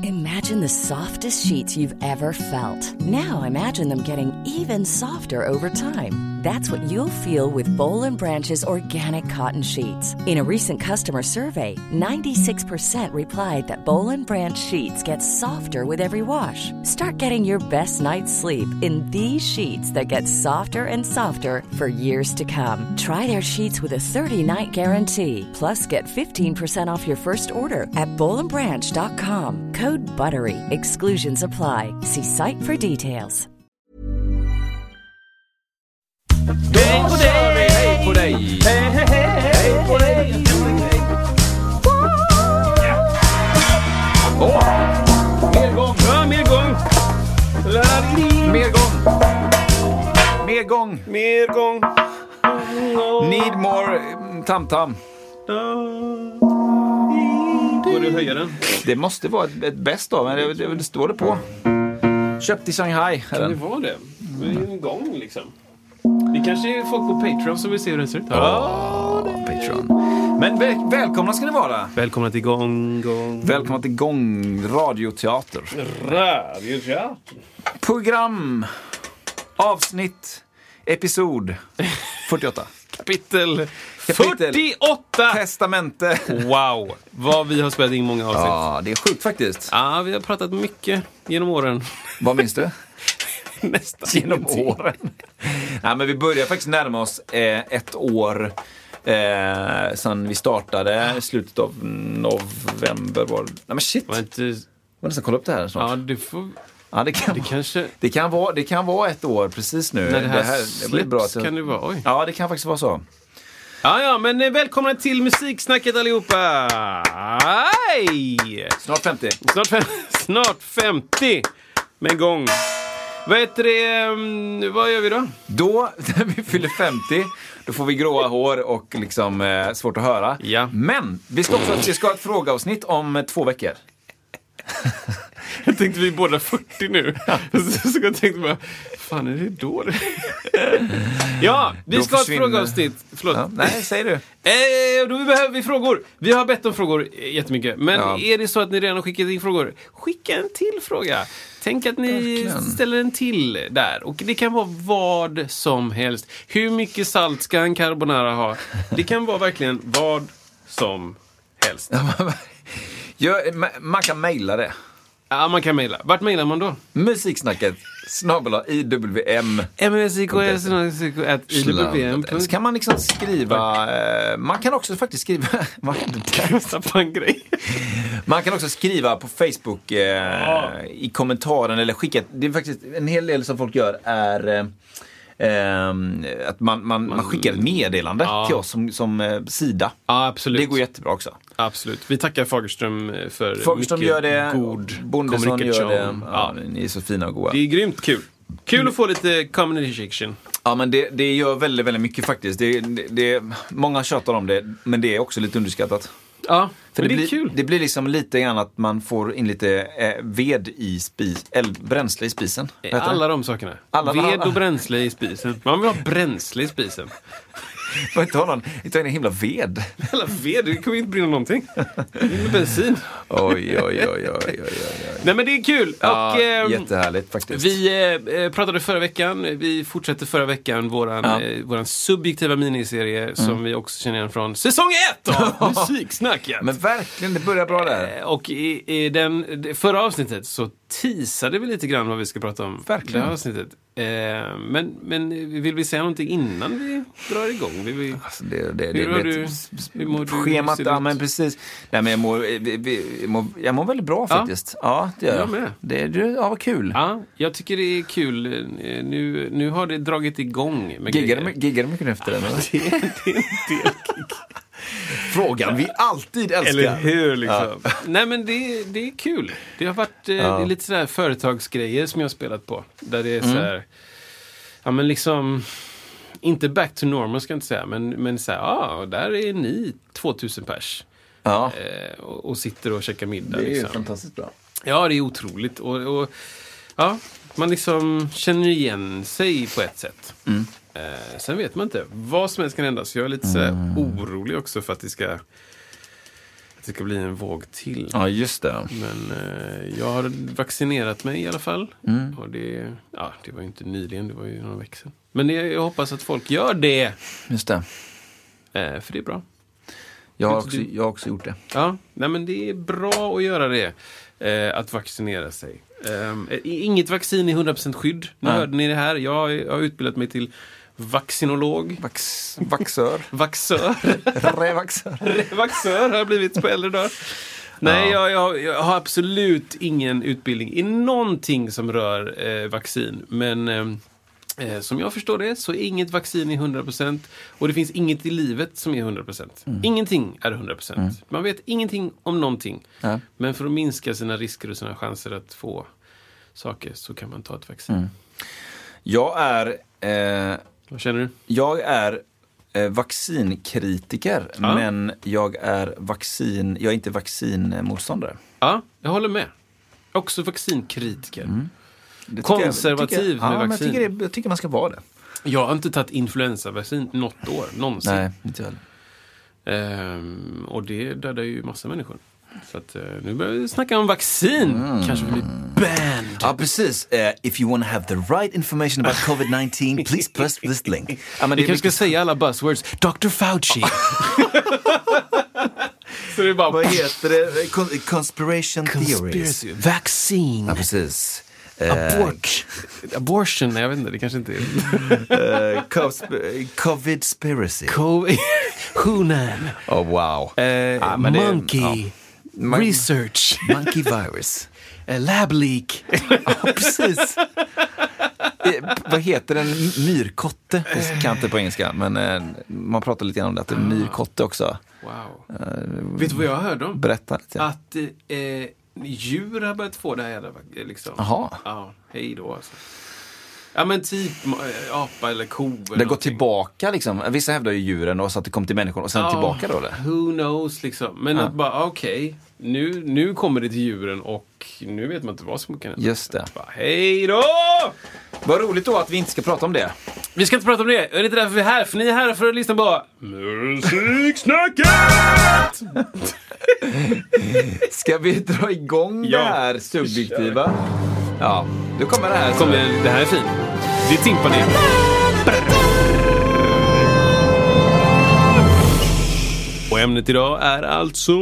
Imagine the softest sheets you've ever felt. Now imagine them getting even softer over time. That's what you'll feel with Boll and Branch's organic cotton sheets. In a recent customer survey, 96% replied that Boll and Branch sheets get softer with every wash. Start getting your best night's sleep in these sheets that get softer and softer for years to come. Try their sheets with a 30-night guarantee. Plus, get 15% off your first order at bollandbranch.com. Code BUTTERY. Exclusions apply. See site for details. Hej på dig, hej på dig, hej på dig. Mer gång, ja, mer gång. Mer gång. Need more tam-tam. Får du höja den? Det måste vara ett bäst då, men det står det på. Köpt i Shanghai. Kan det vara det? Det är ju en gång liksom. Det kanske är folk på Patreon som vill se hur den ser ut. Patreon. Men välkomna ska ni vara. Välkomna till gång. Välkomna till gång radioteater. Program. Avsnitt. Episod 48. Kapitel 48. Testamente. Wow, vad vi har spelat in många avsnitt. Ja, det är sjukt faktiskt. Ja, vi har pratat mycket genom åren. Vad minns du? Nästan genom ingenting. åren. Nej, men vi börjar faktiskt närma oss ett år sedan vi startade i slutet av november var det. Nej men shit. Var inte... Jag nästan kolla upp det här snart. Ja, du får... Ja, det kan vara ett år precis nu. När det här blir bra släpps kan det vara. Oj. Ja, det kan faktiskt vara så. Ja, men välkomna till Musiksnacket allihopa. Hej! Snart 50. Snart 50. Med gång. Vad heter det? Vad gör vi då? Då, när vi fyller 50, då får vi gråa hår och liksom svårt att höra. Ja. Men vi ska ha ett frågeavsnitt om 2 veckor. Jag tänkte vi är båda 40 nu. Så jag tänkte bara, fan är det då det? Ja, vi ska ha ett frågeavsnitt. Förlåt. Ja, nej, säger du. Då behöver vi frågor. Vi har bett om frågor jättemycket. Men är det så att ni redan har skickat in frågor, skicka en till fråga. Tänk att ni ställer en till där. Och det kan vara vad som helst. Hur mycket salt ska en carbonara ha? Det kan vara verkligen vad som helst. Man kan mejla det. Ja, man kan mejla. Vart mejlar man då? Musiksnacket /IWM. MSIKS@IWM. Så kan man liksom skriva. Man kan också faktiskt skriva. På en grej. Man kan också skriva på Facebook i kommentaren eller skicka. Det är faktiskt en hel del som folk gör är att man skickar ett meddelande till oss som sida. Ja, absolut. Det går jättebra också. Absolut. Vi tackar Fagerström för Fagerström mycket gör det, god Bondesson kommunikation. gör det. Ja, ni är så fina och goda. Det är grymt kul. Kul att få lite communication. Ja, men det gör väldigt, väldigt mycket faktiskt. Många tjatar om det, men det är också lite underskattat. Ja, för det är kul. Det blir liksom lite grann att man får in lite ved i bränsle i spisen. Alla de sakerna. Ved och bränsle i spisen. Man vill ha bränsle i spisen. Man inte en himla ved. Hela ved, det kommer inte brinna någonting. Med bensin. Oj. Nej, men det är kul. Ja, och, jättehärligt faktiskt. Vi pratade förra veckan. Vi fortsätter förra veckan våran subjektiva miniserie som vi också känner igen från säsong 1 av Musiksnacket. Men verkligen, det börjar bra där. Och i den förra avsnittet så teasade vi lite grann vad vi ska prata om. Verkligen. Det avsnittet. Men vill vi säga någonting innan vi drar igång? Alltså hur mår du? Schemat, ja men precis. Nej, men jag mår väldigt bra faktiskt. Ja, det gör jag. Med. Ja, vad kul. Ja, jag tycker det är kul. Nu har det dragit igång med Giggar du mycket efter den? Det är en del gig. Frågan vi alltid älskar. Eller hur liksom. Ja. Nej, men det är kul. Det har varit det är lite sådär företagsgrejer som jag har spelat på. Där det är så här, ja men liksom inte back to normal ska jag inte säga, men så här, där är ni 2000 pers. Ja. Och sitter och käkar middag. Det är liksom. ju fantastiskt bra. Ja, det är otroligt. Och ja, man liksom känner igen sig på ett sätt. Sen vet man inte. Vad som helst kan hända. Så jag är lite så här orolig också för att det ska att det ska bli en våg till. Ja, just det. Men jag har vaccinerat mig i alla fall. Och det var ju inte nyligen, det var ju några veckor sedan. Men jag hoppas att folk gör det. Just det. För det är bra. Jag har också gjort det. Ja, nej, men det är bra att göra det. Att vaccinera sig. Inget vaccin är 100% skydd. Nu hörde ni det här. Jag har utbildat mig till vaccinolog. Vaxör. Vaxör. Revaxör. Revaxör har jag blivit på äldre dagar. Nej, jag har absolut ingen utbildning i någonting som rör vaccin. Men som jag förstår det så är inget vaccin i 100%. Och det finns inget i livet som är 100%. Ingenting är 100%. Man vet ingenting om någonting. Men för att minska sina risker och sina chanser att få saker så kan man ta ett vaccin. Jag är... Vad känner du? Jag är vaccinkritiker, men jag är inte vaccinmotståndare. Ja, jag håller med. Också vaccinkritiker. Konservativ med vaccin. Jag tycker man ska vara det. Jag har inte tagit influensavaccin något år, någonsin. Nej, inte heller. Och det dödar ju massa människor. Så att nu börjar vi snacka om vaccin. Kanske vi blir banned. Ja, precis. If you want to have the right information about COVID-19, please press this link. Vi kanske ska säga alla buzzwords. Dr. Fauci. Så det är bara... Vad heter det? Conspiration theories. Vaccine. Ja, precis. Abortion, nej, jag vet inte, det kanske inte är. Covidspiracy. Hunan. Oh, wow. Monkey. Research. Monkey virus. Lab leak. Ja, precis. Vad heter en myrkotte? Jag kan inte på engelska, men man pratar lite grann om det. Att det är myrkotte också. Wow. Vet du vad jag hörde om? Berätta lite. Att djur har börjat få det här liksom. Jaha. Ja, hej då alltså. Ja, men typ apa eller ko. Det går tillbaka liksom. Vissa hävdar ju djuren och så att det kom till människor och sen tillbaka då eller? Who knows liksom. Men att bara okej, nu kommer det till djuren och nu vet man inte vad som kan hända. Just det. Bara, hej då! Vad roligt då att vi inte ska prata om det. Vi ska inte prata om det. Det är inte därför vi är här. För ni är här för att lyssna på Musiksnacket! Ska vi dra igång det här subjektiva? Ja, då kommer det här. Det här är fint. Det är timpani. Och ämnet idag är alltså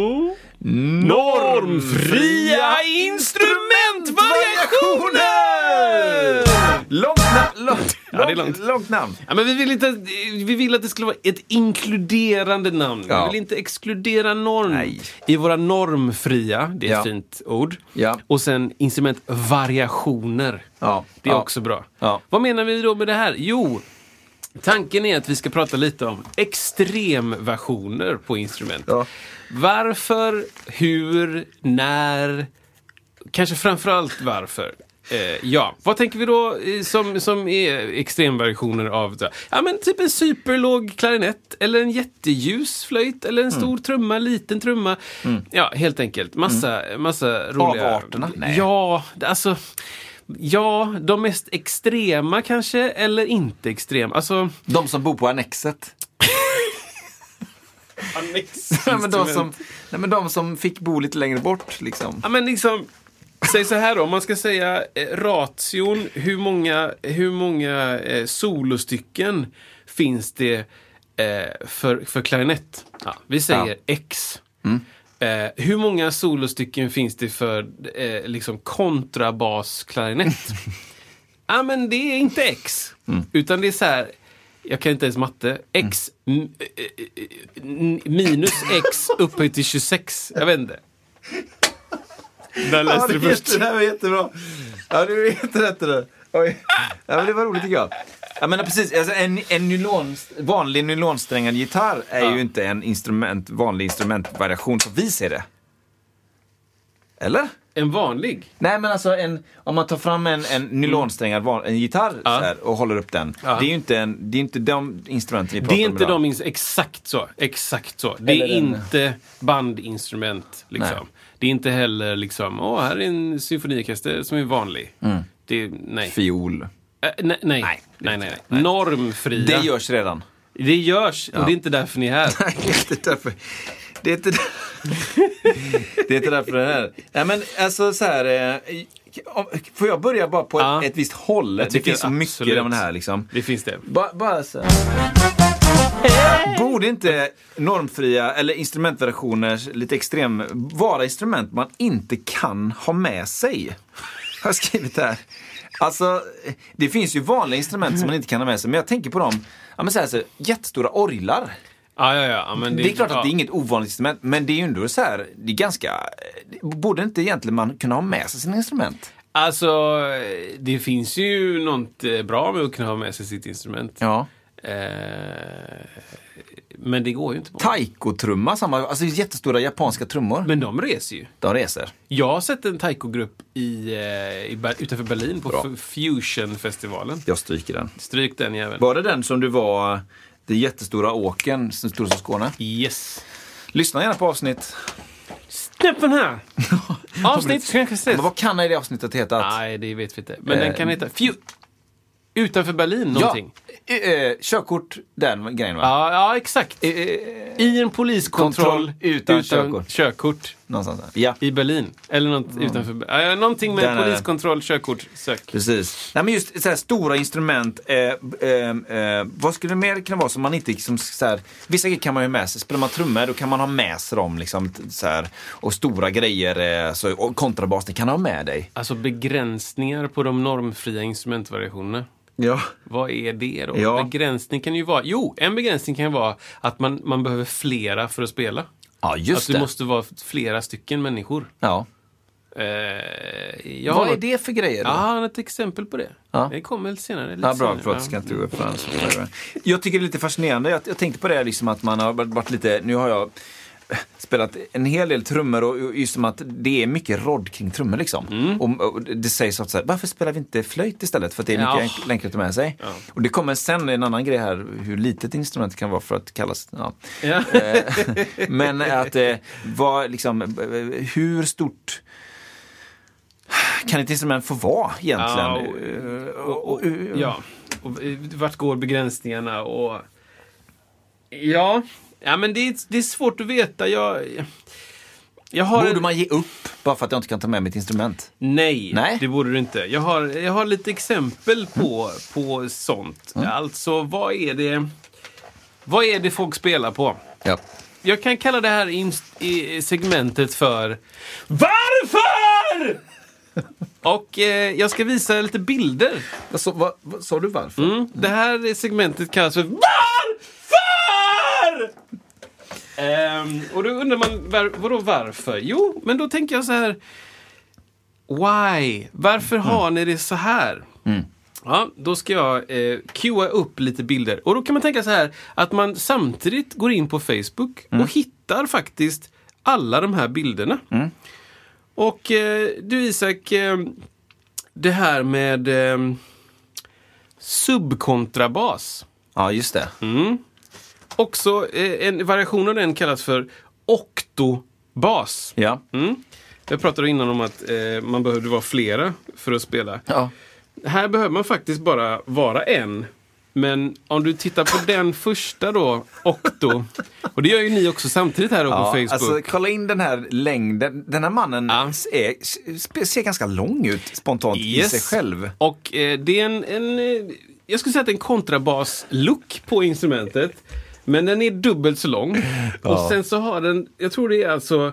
normfria instrumentvariationer! Långt namn. Ja, men vi vill att det skulle vara ett inkluderande namn. Ja. Vi vill inte exkludera norm i våra normfria, det är ett fint ord. Ja. Och sen instrumentvariationer. Ja. Det är också bra. Ja. Vad menar vi då med det här? Jo, tanken är att vi ska prata lite om extremversioner på instrument. Ja. Varför, hur, när, kanske framförallt varför. Vad tänker vi då som är extremversioner av det? Ja, men typ en superlåg klarinett eller en jätteljus flöjt eller en stor trumma, liten trumma. Ja, helt enkelt. Massa roliga... Avarterna? Nej. Ja, alltså... Ja, de mest extrema kanske, eller inte extrema. Alltså... De som bor på Annexet. de som fick bo lite längre bort liksom. Ja, men liksom... Säg så här då, om man ska säga ration, hur många solostycken finns det för klarinett? Ja, vi säger X. Hur många solostycken finns det för liksom kontrabasklarinett? Ja, men det är inte X. Utan det är så här, jag kan inte ens matte. X minus X upphöjt till 26. Jag vet inte. Där läste du först. Det här var jättebra. Ja, det var jätterätt det. Oj. Ja, men det var roligt tycker jag. Jag menar precis, alltså vanlig nylonsträngad gitarr är ju inte en vanlig instrumentvariation som vi ser det. Eller? En vanlig? Nej, men alltså om man tar fram en nylonsträngad en gitarr så här, och håller upp den. Det är ju inte de instrumenten vi pratar om. Det är inte exakt så. Det är inte bandinstrument liksom. Det är inte heller liksom, här är en symfoniorkester som är vanlig. Nej. Fiol. Nej. Normfria. Det görs redan. Det görs, och det är inte därför ni är här. Nej, det är inte därför. Det är inte Det är inte därför det här. Ja, men alltså så här... får jag börja bara på ett visst håll? Det finns så mycket av den här liksom. Det finns det. Bara så. Borde inte normfria eller instrumentversioner lite extrem vara instrument man inte kan ha med sig? Har jag skrivit här. Alltså, det finns ju vanliga instrument som man inte kan ha med sig. Men jag tänker på dem, men så här, jättestora orglar. Ja, men det är klart att det är inget ovanligt instrument. Men det är ju ändå så här, det är ganska... Borde inte egentligen man kunna ha med sig sina instrument? Alltså, det finns ju något bra med att kunna ha med sig sitt instrument. Ja. Men det går ju inte på. Taiko-trumma, alltså jättestora japanska trummor. Men de reser ju. De reser. Jag har sett en taiko-grupp utanför Berlin på Fusion-festivalen. Jag stryker den. Stryk den jäveln. Var det den som du var, det jättestora åken, som stor som Skåne? Yes. Lyssna gärna på avsnitt. Släpp den här! Avsnitt kanske ses. Men vad kan det avsnittet heta? Nej, det vet vi inte. Men den kan heta utanför Berlin någonting. Körkort, den grejen va? Ja, exakt. I en poliskontroll utan körkort. Någonstans där. Ja. I Berlin. Eller något utanför. Någonting med poliskontroll, körkort, sök. Precis. Nej, men just så här stora instrument. Vad skulle det mer kunna vara som man inte liksom, så här, vissa grejer kan man ju med sig. Spelar man trummor då kan man ha med sig dem liksom, så här, och stora grejer och kontrabas, det kan man ha med dig. Alltså begränsningar på de normfria instrumentvariationerna. Ja. Vad är det då? Ja. Begränsning kan ju vara... en begränsning kan ju vara att man behöver flera för att spela. Ja, just det. Att det måste vara flera stycken människor. Ja. Vad är det för grejer då? Ja, ett exempel på det. Ja. Det kommer lite senare. Bra, förlåt, ska inte upp Jag tycker det är lite fascinerande. Jag tänkte på det liksom att man har varit lite... Nu har jag spelat en hel del trummor och just som att det är mycket rodd kring trummor liksom. Och det sägs så här, varför spelar vi inte flöjt istället? För att det är mycket enklare att ta med sig. Ja. Och det kommer sen en annan grej här, hur litet instrument kan vara för att kallas... Ja. Men att vad liksom, hur stort kan ett instrument få vara egentligen? Och vart går begränsningarna och... Ja, men det är svårt att veta. Jag har borde man ge upp bara för att jag inte kan ta med mitt instrument? Nej, det borde du inte. Jag har lite exempel på sånt. Alltså, vad är det folk spelar på? Ja. Jag kan kalla det här i segmentet för Varför? Och jag ska visa lite bilder. Vad sa du varför? Det här segmentet kallas för Varför? Och då undrar man, vadå varför? Jo, men då tänker jag så här. Why? Varför har ni det så här? Ja, då ska jag cuea upp lite bilder. Och då kan man tänka så här, att man samtidigt går in på Facebook och hittar faktiskt alla de här bilderna. Och du Isak, det här med subkontrabas. Ja, just det. Också en variation av den kallas för oktobas. Ja. Jag pratade innan om att man behövde vara flera för att spela. Ja. Här behöver man faktiskt bara vara en. Men om du tittar på den första då, okto. Och det gör ju ni också samtidigt här på Facebook. Alltså kolla in den här längden. Den här mannen ser ganska lång ut spontant i sig själv. Och det är jag skulle säga att det är en kontrabas-look på instrumentet. Men den är dubbelt så lång. Och sen så har den, jag tror det är alltså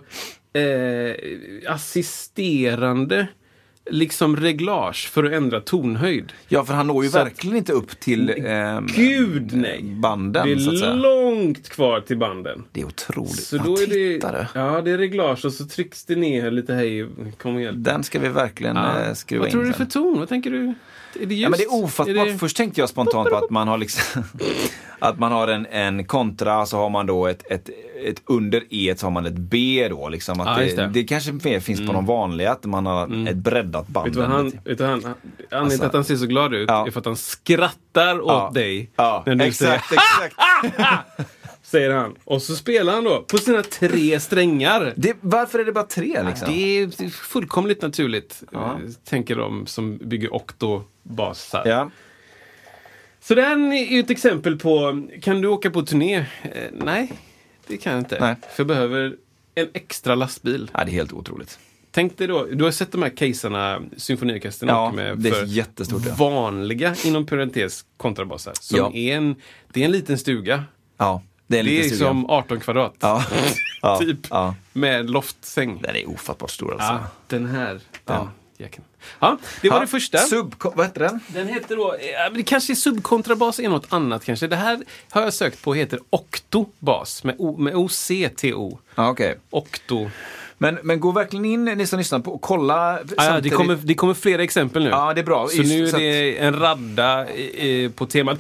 assisterande liksom reglage för att ändra tonhöjd. Ja, för han når ju verkligen inte upp till banden. Det är så att säga. Långt kvar till banden. Det är otroligt. Så då är det är reglage och så trycks det ner lite här. Kom igen. Den ska vi verkligen skruva in. Vad tror du för ton? Vad tänker du? Är det just, men det är ofattbart. Först tänkte jag spontant på att man har liksom att man har en kontra, så har man då ett under E, så har man ett B då liksom, att det kanske mer finns på de vanliga, att man har ett breddat band. Vet du anledningen till att han ser så glad ut är för att han skrattar åt dig när du exakt. säger han. Och så spelar han då på sina 3 strängar. Varför är det bara 3 liksom? Det är fullkomligt naturligt, tänker de som bygger oktobasar. Ja. Så det här är ju ett exempel på, kan du åka på turné? Nej, det kan jag inte. Nej. För jag behöver en extra lastbil. Ja, det är helt otroligt. Tänk dig då, du har sett de här caserna symfoniorkestern åker med det är jättestort, vanliga, inom parentes, kontrabassar. Som är det är en liten stuga. Ja, det är en liten stuga. Det är som 18 kvadrat. Ja. Typ. Ja. Med loftsäng. Den är ofattbart stor alltså. Ja, den här. Jäkeln. Ja, det var det första. Vad heter den? Den heter då, det kanske är subkontrabas är något annat kanske. Det här har jag sökt på, heter oktobas med OCTO. Ja, okej. Okto. Men gå verkligen in, ni som lyssnar, på och kolla. Det kommer flera exempel nu. Ja, det är bra. Så nu är det en radda på temat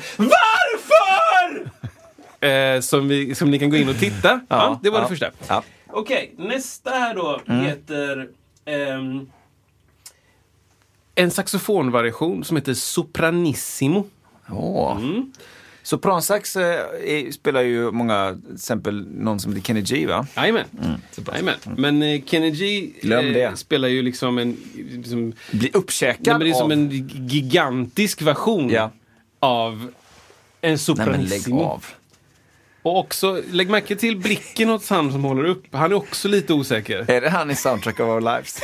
varför? Som ni kan gå in och titta. Ja, det var det första. Ja. Okej, nästa här då heter en saxofonvariation som heter Sopranissimo. Sopransax spelar ju många, till exempel någon som heter Kenny G, va? Jajamän. Men Kenny G spelar ju liksom en... Liksom, blir uppkäkad det är som en gigantisk version av en Sopranissimo. Lägg av. Och också, lägg märke till blicken åt han som håller upp. Han är också lite osäker. Är det han i Soundtrack of Our Lives?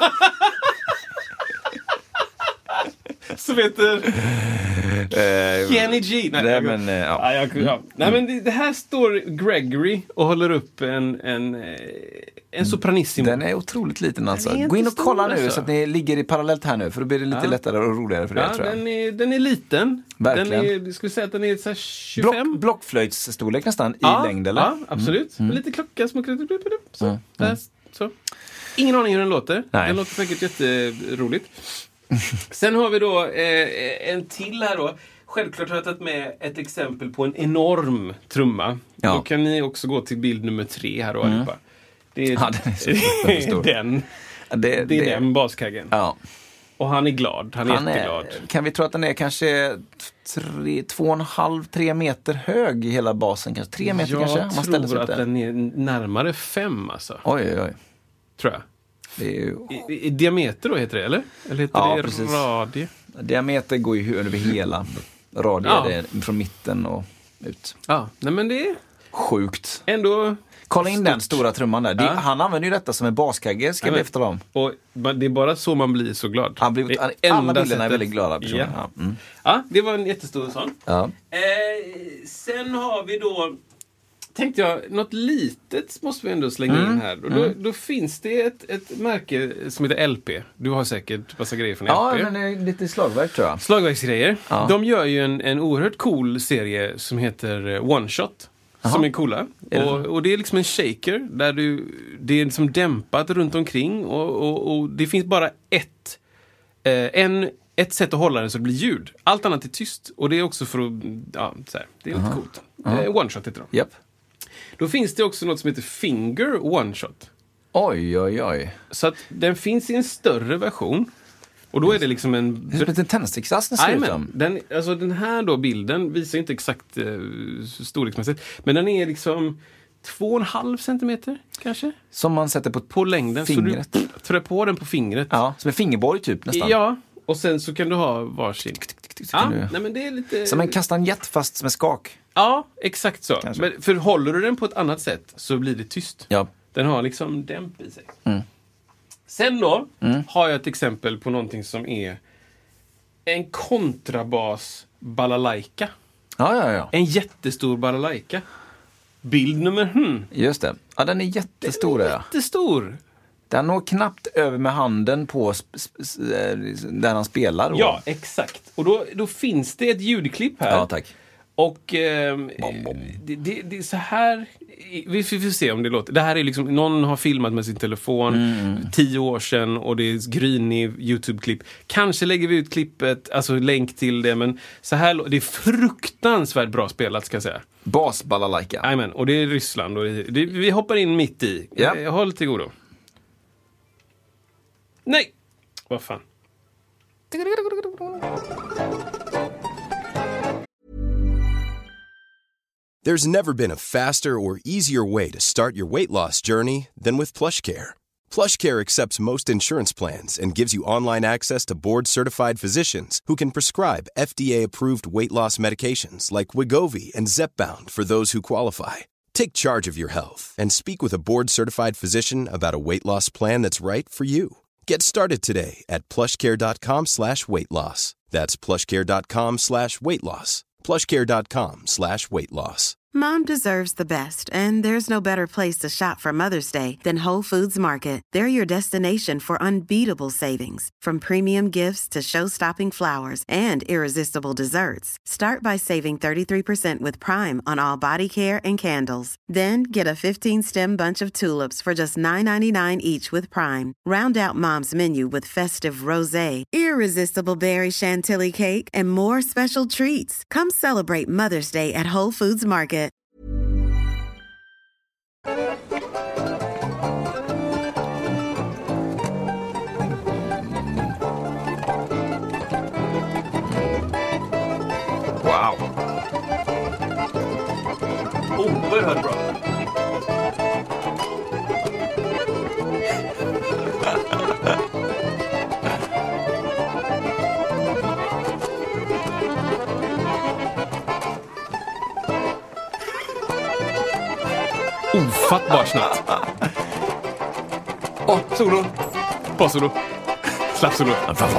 Som heter Kenny G. Nej, Nej, men det här står Gregory och håller upp en Sopranissimo. Den är otroligt liten alltså. Gå in och kolla nu alltså. Så att ni ligger i parallellt här nu. För då blir det lite lättare och roligare för det, tror jag. Den är liten. Verkligen. Jag skulle säga att den är så här 25. Blockflöjtsstorlek nästan i längd, eller? Ja, absolut. Lite klocka som så. Ingen aning hur den låter. Nej. Den låter säkert jätteroligt. Sen har vi då en till här då. Självklart har jag tagit med ett exempel på en enorm trumma. Ja. Då kan ni också gå till bild nummer 3 här då, allihopa. Det är, den är så stor. Det är den baskaggen. Ja. Och han är glad. Han är jätteglad. Kan vi tro att den är kanske 2,5-3 meter hög i hela basen? Kanske 3 meter kanske? Jag tror att den är närmare 5 alltså. Oj. Tror jag. Det är ju... I diameter då heter det, eller? Eller heter det precis. Radie? Diameter går ju över hela. Radie är från mitten och ut. Ja, nej men det är... Sjukt. Ändå... Kolla in den stora trumman där. Han använder ju detta som en baskagge, ska vi efter dem. Och det är bara så man blir så glad. Alla bilderna är väldigt glada personer. Ja, det var en jättestor sån. Ja. Sen har vi då... Tänkte jag, något litet måste vi ändå slänga in här. Och då finns det ett märke som heter LP. Du har säkert massa grejer från LP. Ja, men det är lite slagverk, tror jag. Slagverksgrejer. Ja. De gör ju en oerhört cool serie som heter One Shot. Aha. Som är coola. Och det är liksom en shaker där det är liksom dämpat runt omkring. Och det finns bara ett sätt att hålla den så det blir ljud. Allt annat är tyst. Och det är också för att, så här, det är lite coolt. One Shot heter de. Japp. Då finns det också något som heter Finger One Shot. Oj. Så att den finns i en större version. Och då är det liksom en... Det är som en tändsticksass nästan. Den här då bilden visar inte exakt storleksmässigt. Men den är liksom 2,5 centimeter kanske. Som man sätter på längden. fingret. Så du trär på den på fingret. Ja, som en fingerborg typ nästan. Ja, och sen så kan du ha varsin. Nej, men det är lite... Som en kastanjett fast med skak. Ja, exakt så. Men för håller du den på ett annat sätt så blir det tyst. Ja. Den har liksom dämp i sig. Sen då har jag ett exempel på någonting som är en kontrabas balalaika. Ja. En jättestor balalaika. Bild nummer Just det. Ja, den är jättestor. Den är jättestor. Den når knappt över med handen på där han spelar. Ja, exakt. Och då finns det ett ljudklipp här. Ja, tack. Och det är så här... Vi får se om det låter. Det här är liksom... Någon har filmat med sin telefon 10 år sedan och det är grynig YouTube-klipp. Kanske lägger vi ut klippet, alltså länk till det, men så här... Det är fruktansvärt bra spelat, ska jag säga. Bas balalaika. Jajamän, och det är Ryssland. Och vi hoppar in mitt i. Ja. Håll till godo. Nej! Vad fan? There's never been a faster or easier way to start your weight loss journey than with PlushCare. PlushCare accepts most insurance plans and gives you online access to board-certified physicians who can prescribe FDA-approved weight loss medications like Wegovy and Zepbound for those who qualify. Take charge of your health and speak with a board-certified physician about a weight loss plan that's right for you. Get started today at plushcare.com/weightloss. That's plushcare.com/weightloss. plushcare.com/weightloss. Mom deserves the best, and there's no better place to shop for Mother's Day than Whole Foods Market. They're your destination for unbeatable savings, from premium gifts to show-stopping flowers and irresistible desserts. Start by saving 33% with Prime on all body care and candles. Then get a 15-stem bunch of tulips for just $9.99 each with Prime. Round out Mom's menu with festive rosé, irresistible berry chantilly cake, and more special treats. Come celebrate Mother's Day at Whole Foods Market. Wow. Oerhört bra. Ofattbart snabbt. Solo. Bassolo. Slappsolo.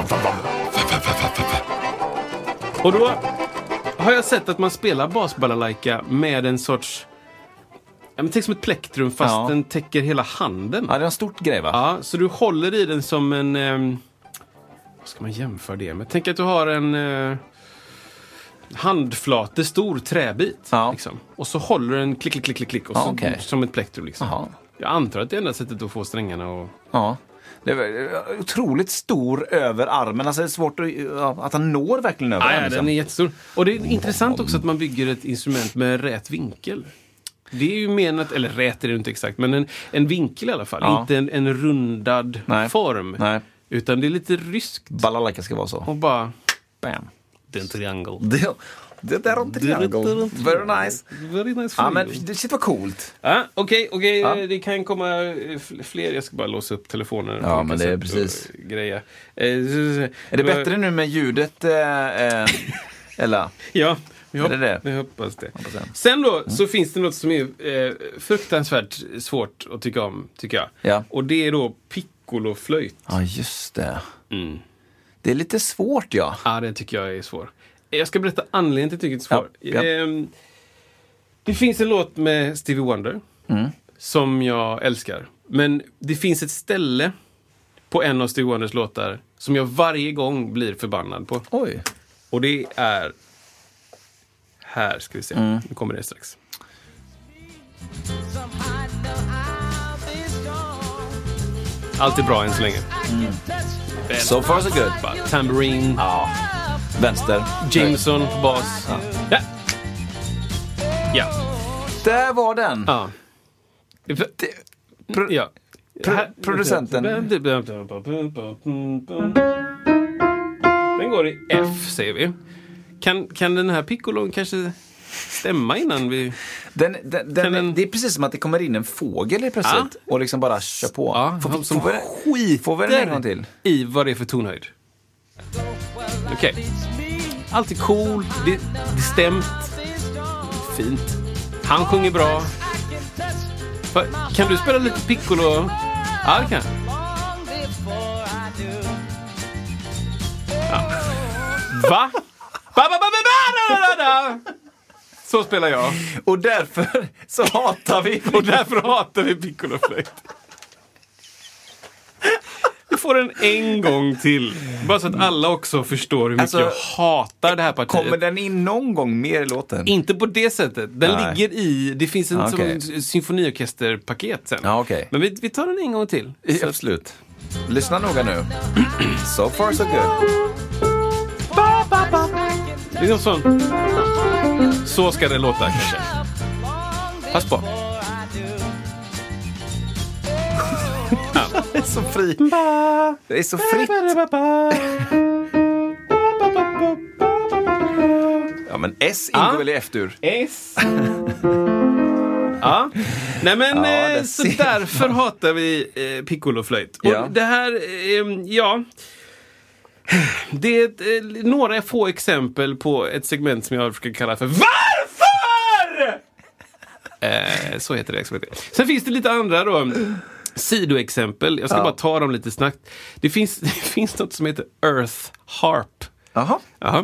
Och då har jag sett att man spelar basbalalaika med en sorts... Ja, men tänk som ett plektrum fast den täcker hela handen. Ja, det är en stort grej, va? Ja, så du håller i den som en... vad ska man jämföra det med? Tänk att du har en... handflate, stor träbit. Liksom. Och så håller du en klick och så, som ett plektrum. Liksom. Jag antar att det är enda sättet att få strängarna och... Ja. Det är otroligt stor över armen. Alltså det är svårt att han når verkligen över den. Ja, den är jättestor. Och det är intressant också att man bygger ett instrument med rätt vinkel. Det är ju menat, eller rätt är det inte exakt, men en vinkel i alla fall. Inte en rundad form. Nej. Utan det är lite ryskt. Balalaika ska vara så. Och bara... Bam. Det är en triangel. Det där är en triangel. Very nice. Very nice. Ja, men det var coolt. Ja, okej. Det kan komma fler. Jag ska bara låsa upp telefonen. Ja, men det är precis. Grejer. Är det bättre nu med ljudet? Eller? Ja. Vi hoppas det. Sen då så finns det något som är fruktansvärt svårt att tycka om, tycker jag. Ja. Och det är då piccoloflöjt. Ja, just det. Det är lite svårt, ja. Ja, det tycker jag är svårt. Jag ska berätta anledningen till att jag tycker det är svårt. Det finns en låt med Stevie Wonder som jag älskar. Men det finns ett ställe på en av Stevie Wonders låtar som jag varje gång blir förbannad på. Oj. Och det är... Här ska vi se. Nu kommer det strax. Allt är bra än så länge. So far so good. Tambourine. Ja. Vänster. Jameson på bas. Ja. Där var den. Ja. Producenten. Den går i F, säger vi. Kan den här piccolon kanske stämma innan vi... Det är precis som att det kommer in en fågel plötsligt och liksom bara kör på. Ja, får vi en gång till? I vad det är för tonhöjd. Okej. Allt är cool, det är stämt. Fint. Han sjunger bra. Kan du spela lite piccolo? Ja, det kan. Ja. Va? Så spelar jag. Och därför så hatar vi piccoloflöjt. Du får den en gång till. Bara så att alla också förstår hur mycket jag hatar det här partiet. Kommer den in någon gång mer i låten? Inte på det sättet. Den ligger i... Det finns en som symfoniorkesterpaket sen. Men vi tar den en gång till. Absolut. Lyssna noga nu. So far so good. Det är något sånt. Så ska det låta kanske. Pass på. Det är så fri. Det är så fritt. Ja, men S ingår väl i F-dur. S. Ja. Nej, men så därför hatar vi piccoloflöjt. Och det här, det är några få exempel på ett segment som jag försöker kalla för Varför? Så heter det. Sen finns det lite andra då. Sidoexempel. Jag ska bara ta dem lite snabbt. Det finns något som heter Earth Harp. Jaha.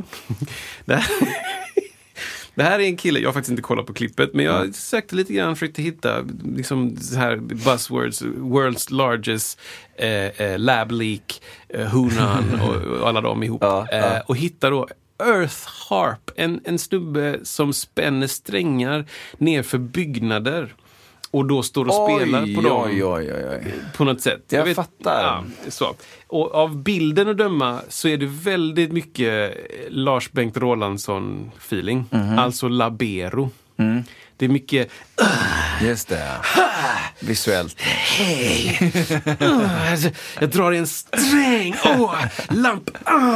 Det här är en kille, jag har faktiskt inte kollat på klippet, men jag sökte lite grann, försökte hitta liksom så här buzzwords, world's largest lab leak, Hunan och alla dem ihop. Och hitta då Earth Harp, en snubbe som spänner strängar ner för byggnader. Och då står och spelar på dem på något sätt. Jag fattar. Ja, så. Och av bilden att döma så är det väldigt mycket Lars Bengt Rolandsson-feeling. Alltså labero. Det är mycket... Just det. Visuellt. Hej! Jag drar i en sträng. Lamp.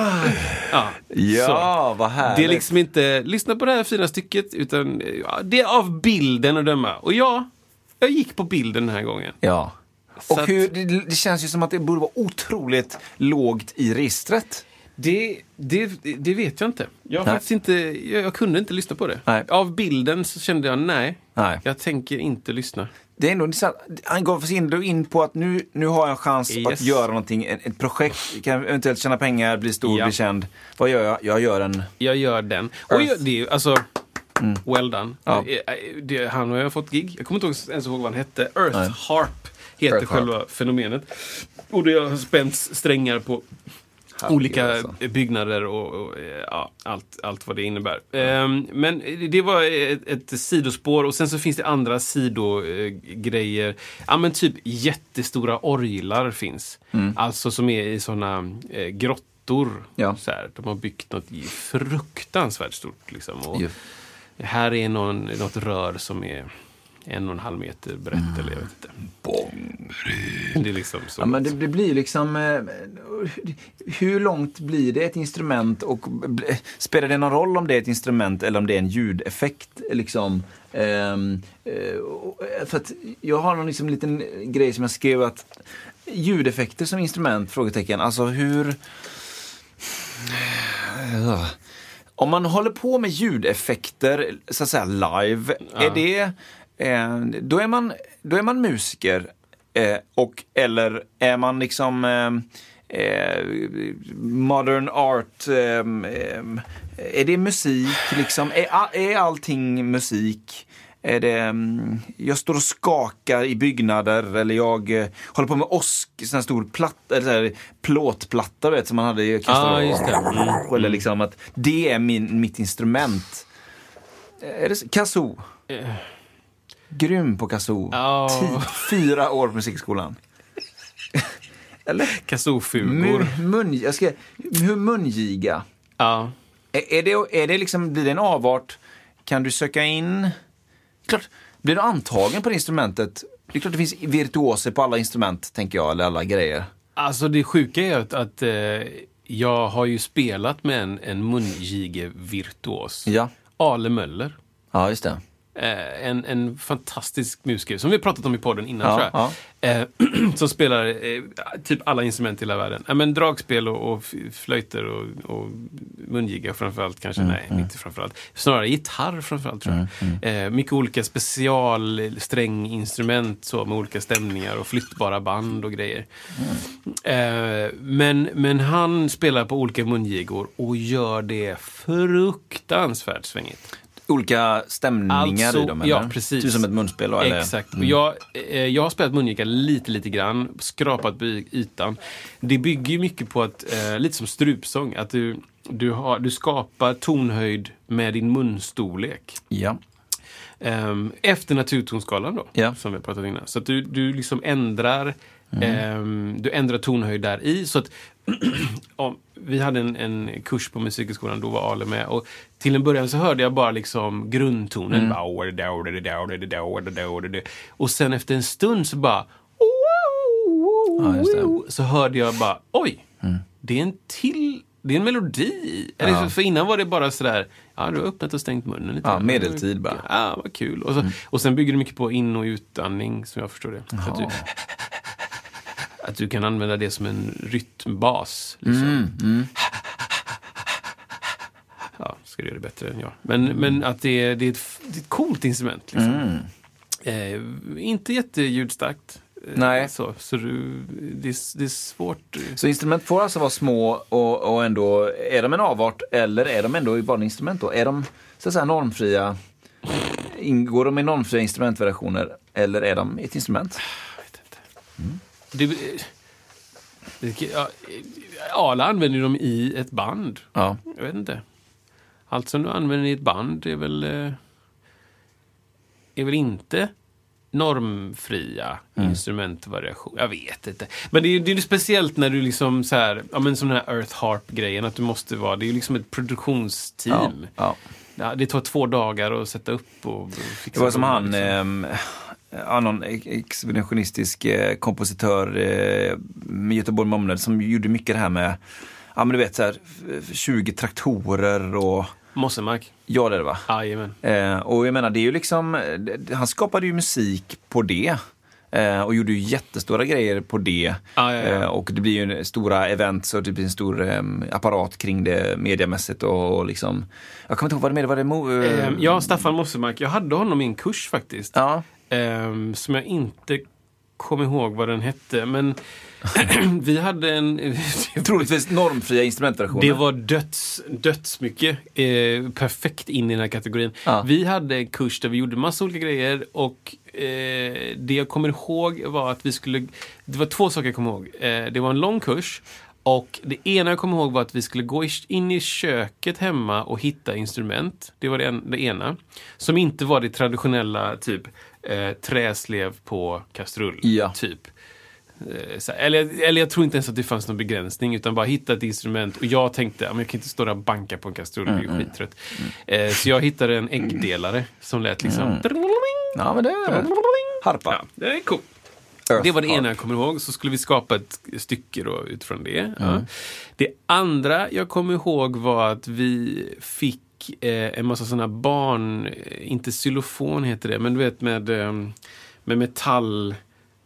Ja, vad härligt. Det är liksom inte... Lyssna på det här fina stycket, utan det är av bilden att döma. Och jag gick på bilden den här gången. Ja. Och det känns ju som att det borde vara otroligt lågt i registret. Det vet jag inte. Jag kunde inte lyssna på det. Nej. Av bilden så kände jag nej. Jag tänker inte lyssna. Det är ändå, han gav sig in på att nu har jag en chans att göra någonting, ett projekt, kan eventuellt tjäna pengar, bli stor, bli känd. Vad gör jag? Jag gör den. Och det är alltså... Well done. Ja. Han har fått gig. Jag kommer inte ens ihåg vad han hette. Earth Harp heter själva fenomenet. Och det har spänts strängar på olika byggnader och allt vad det innebär. Men det var ett sidospår, och sen så finns det andra sidogrejer. Men typ jättestora orglar finns. Alltså som är i såna grottor. Så här. De har byggt något fruktansvärt stort liksom. Och här är något rör som är 1,5 meter brett, eller jag vet inte. Det är liksom så. Ja, men det blir liksom... hur långt blir det ett instrument, och spelar det någon roll om det är ett instrument eller om det är en ljudeffekt? Liksom, för att jag har någon liksom liten grej som jag skrev, att ljudeffekter som instrument, frågetecken. Alltså hur... Om man håller på med ljudeffekter så att säga live, är det då är man musiker, och eller är man liksom modern art, är det musik liksom, är allting musik? Är det, jag står och skakar i byggnader, eller jag håller på med sån här stor platta, eller så här plåtplatta, vet, som man hade i orkestern. Just det. Eller liksom att det är mitt instrument. Är det kazoo? Grym på kazoo. 4 år på musikskolan. Eller kazoo-fugor. Hur mungiga. Är det liksom, blir det en avart? Kan du söka in? Klart, blir du antagen på det instrumentet? Det är klart det finns virtuoser på alla instrument, tänker jag, eller alla grejer. Alltså det sjuka är att jag har ju spelat med en mungige-virtuos. Ja. Ale Möller. Ja, just det. En fantastisk musiker som vi har pratat om i podden innan, tror jag. Som spelar typ alla instrument i hela världen. Men dragspel och flöjter och mungiga framförallt kanske. Inte framförallt. Snarare gitarr framförallt, tror jag. Mycket olika specialstränginstrument så, med olika stämningar och flyttbara band och grejer. Men han spelar på olika mungigor och gör det fruktansvärt svängigt. Olika stämningar i dem, eller? Ja, precis. Typ som ett munspel då, eller? Exakt. Och jag har spelat mungiga lite grann, skrapat på ytan. Det bygger ju mycket på att, lite som strupsång, att du skapar tonhöjd med din munstorlek. Ja. Efter naturtonskalan då, som vi har pratat innan. Så att du liksom ändrar du ändrar tonhöjd där i, så att vi hade en kurs på musikskolan, då var Ale med, och till en början så hörde jag bara liksom grundtonen och sen efter en stund så bara så hörde jag bara det är en melodi. Eller för innan var det bara sådär, du har öppnat och stängt munnen lite. Medeltid bara. Ja, vad kul. Och sen bygger du mycket på in- och utandning, som jag förstår det. Så att du kan använda det som en rytmbas. Liksom. Ja, ska du göra det bättre än jag. Men att det är ett coolt instrument. Liksom. Inte jätteljudstarkt. Nej. Så det är svårt. Så instrument får alltså vara små och ändå, är de en avart eller är de ändå bara instrument då? Är de så att säga normfria, ingår de i normfria instrumentvariationer eller är de ett instrument? Jag vet inte. Alla använder dem i ett band. Ja. Jag vet inte. Allt som du använder i ett band är väl inte normfria instrumentvariation. Jag vet inte. Men det är speciellt när du liksom så här, ja men sån här Earth Harp-grejen att du måste vara, det är ju liksom ett produktionsteam. Ja. Ja, det tar 2 dagar att sätta upp och fixa. Det var som han någon exhibitionistisk kompositör med Göteborg Momned som gjorde mycket det här med, ja men du vet så här 20 traktorer och Mossemark. Ja, det är det va? Jajamän. Och jag menar, det är ju liksom, han skapade ju musik på det. Och gjorde ju jättestora grejer på det. Och det blir ju stora events och det blir en stor apparat kring det mediamässigt och liksom, jag kommer inte ihåg vad det med. Ja, Staffan Mossemark. Jag hade honom i en kurs faktiskt. Ja. Som jag inte kom ihåg vad den hette, men vi hade en troligtvis normfria instrumentversioner. Det var dödsmycket perfekt in i den här kategorin. Ja. Vi hade en kurs där vi gjorde massa olika grejer och det jag kommer ihåg var att det var 2 saker jag kommer ihåg. Det var en lång kurs och det ena jag kommer ihåg var att vi skulle gå in i köket hemma och hitta instrument. Det var det ena. Som inte var det traditionella typ träslev på kastrull. Ja. Typ. Eller jag tror inte ens att det fanns någon begränsning utan bara hitta ett instrument och jag tänkte jag kan inte stå där och banka på en kastrull, det är skittrött. Så jag hittade en äggdelare som lät liksom ja men det är harpa. Ja, det är cool. Det var det ena jag kommer ihåg. Så skulle vi skapa ett stycke då utifrån det. Ja. Det andra jag kommer ihåg var att vi fick en massa sådana barn, inte xylofon heter det, men du vet med metall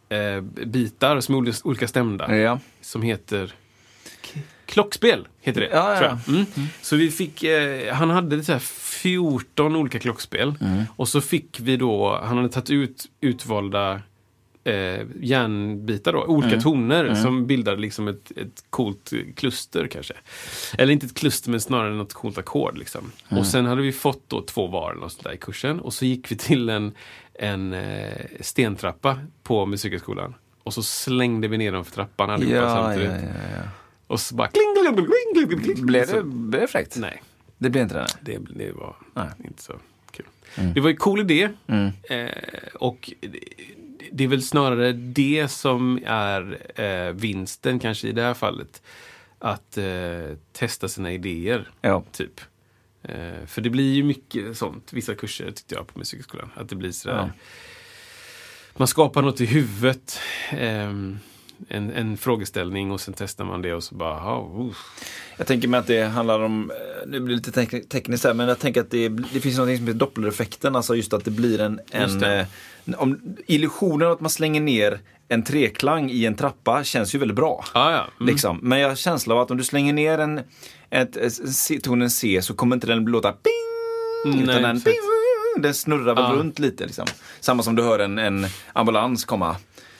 bitar som är olika stämda. Ja. Som heter klockspel heter det, tror jag. Så vi fick han hade så här 14 olika klockspel och så fick vi då, han hade tagit utvalda järnbitar då, olika toner som bildade liksom ett coolt kluster kanske. Eller inte ett kluster men snarare något coolt ackord liksom. Och sen hade vi fått då 2 var eller något sånt där i kursen och så gick vi till en stentrappa på musikhögskolan och så slängde vi ner dem för trappan allihopa samtidigt. Ja. Och så bara kling. Blev det fräckt? Nej. Det blev inte det? Det var inte så kul. Det var en cool idé och det är väl snarare det som är vinsten kanske i det här fallet. Att testa sina idéer. Ja. Typ. För det blir ju mycket sånt. Vissa kurser tyckte jag på musikskolan. Att det blir sådär. Ja. Man skapar något i huvudet. En frågeställning och sen testar man det och så bara Jag tänker mig att det handlar om, nu blir det lite tekniskt här, men jag tänker att det finns något som heter dopplereffekten, alltså just att det blir illusionen av att man slänger ner en treklang i en trappa känns ju väldigt bra. Liksom. Men jag har känsla av att om du slänger ner tonen C så kommer inte den låta ping, utan den snurrar väl runt lite liksom. Samma som du hör en ambulans komma.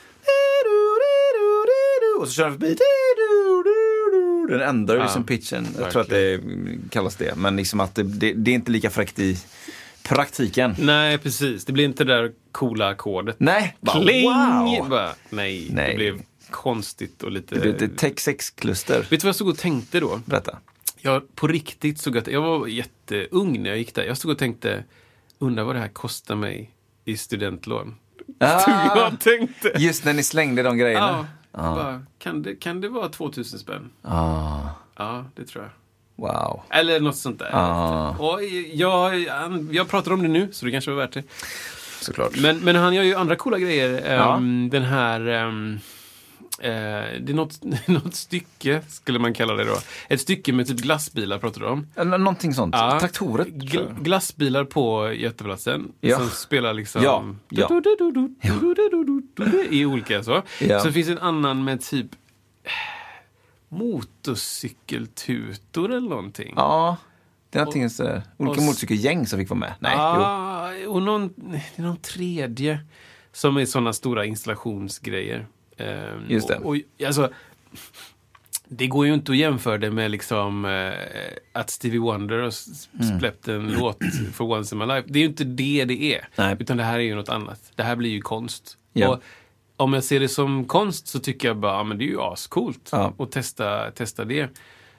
Och så kör den förbi. Den ändrar liksom pitchen. Jag verkligen. tror att det kallas det. Men liksom att det är inte lika fräckt i praktiken. Nej, precis. Det blir inte det där coola ackordet. Nej. Kling! Wow. Nej, det blev konstigt och lite... Det blev ett tech-6-kluster. Vet du vad jag stod och tänkte då? Berätta. Jag på riktigt såg att... Jag var jätteung när jag gick där. Jag stod och tänkte, undrar vad det här kostar mig i studentlån. Jag tänkte. Just när ni slängde de grejerna. Bara, kan det vara 2000 spänn? Ja, det tror jag. Wow. Eller något sånt där. Och jag pratar om det nu, så det kanske var värt det. Såklart. Men han gör ju andra coola grejer. Den här... det är något stycke, skulle man kalla det då. Ett stycke med typ glassbilar, pratar du om? Någonting sånt. Traktorer. Glassbilar på Göteplatsen. Som spelar liksom... i olika så. Så finns en annan med typ... motorcykeltutor eller någonting. Ja. Det är någonting sådär. Olika motorcykelgäng som fick vara med. Nej, och någon tredje som är sådana stora installationsgrejer. Just det. Och alltså, det går ju inte att jämföra det med liksom att Stevie Wonder har släppt en låt för Once in My Life. Det är ju inte det är. Nej. Utan det här är ju något annat. Det här blir ju konst. Ja. Och om jag ser det som konst så tycker jag bara, men det är ju ascoolt att testa det.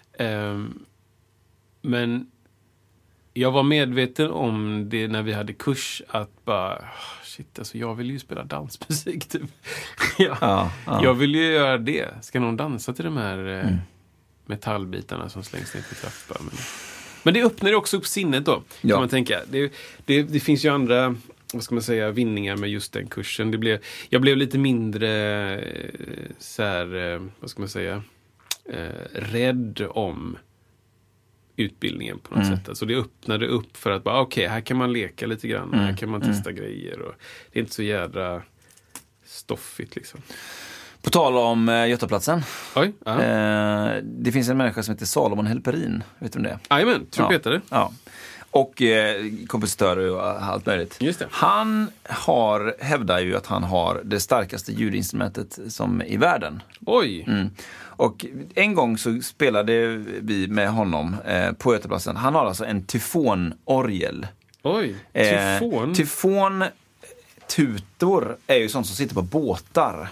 Men jag var medveten om det när vi hade kurs att bara, shit, alltså jag vill ju spela dansmusik typ. Jag vill ju göra det. Ska någon dansa till de här metallbitarna som slängs ner på trappan? Men det öppnar ju också upp sinnet då, kan man tänka. Det finns ju andra, vad ska man säga, vinningar med just den kursen. Jag blev lite mindre så här, vad ska man säga, rädd om utbildningen på något sätt. Alltså det öppnade upp för att bara, okej, här kan man leka lite grann. Här kan man testa grejer. Och det är inte så jädra stoffigt liksom. På tal om Götaplatsen. Oj, det finns en människa som heter Salomon Helperin. Vet du om det? Jajamän, trumpetare. Ja. Och kompositör och allt möjligt. Just det. Han hävdar ju att han har det starkaste ljudinstrumentet som i världen. Oj! Och en gång så spelade vi med honom på Götaplatsen. Han har alltså en tyfonorgel. Oj, tyfon? Tyfontutor är ju sånt som sitter på båtar.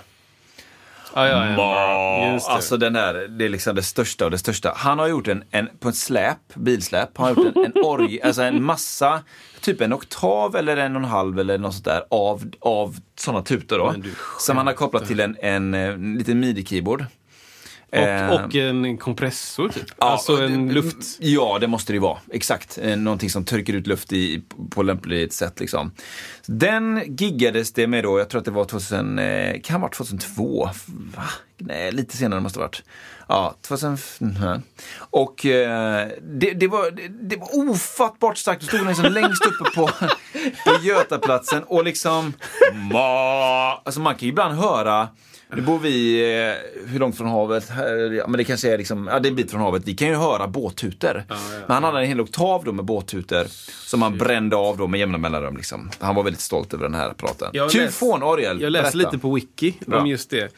Alltså den där, det är liksom det största av det största. Han har gjort en på ett bilsläp, har gjort en orgel, alltså en massa, typ en oktav eller 1,5 eller något sånt där av sådana tutor då. Som han har kopplat till en liten midi-keyboard. Och en kompressor typ. Alltså en luft. Ja, det måste det ju vara. Exakt. Någonting som trycker ut luft på lämpligt sätt liksom. Den giggades det med då, jag tror att det var 2002. Va? Nej, lite senare måste det ha varit. Ja, 2005. Och det var ofattbart starkt. Det stod liksom längst uppe på Götaplatsen och liksom alltså man kan ju ibland höra. Nu bor vi hur långt från havet? Ja, men det kanske är liksom, det är en bit från havet. Vi kan ju höra båttuter. Men han hade en hel oktav då med båttuter som han brände av då med jämna mellanrum liksom. Han var väldigt stolt över den här apparaten. Tyfonorgel. Jag läste lite på Wiki om just det.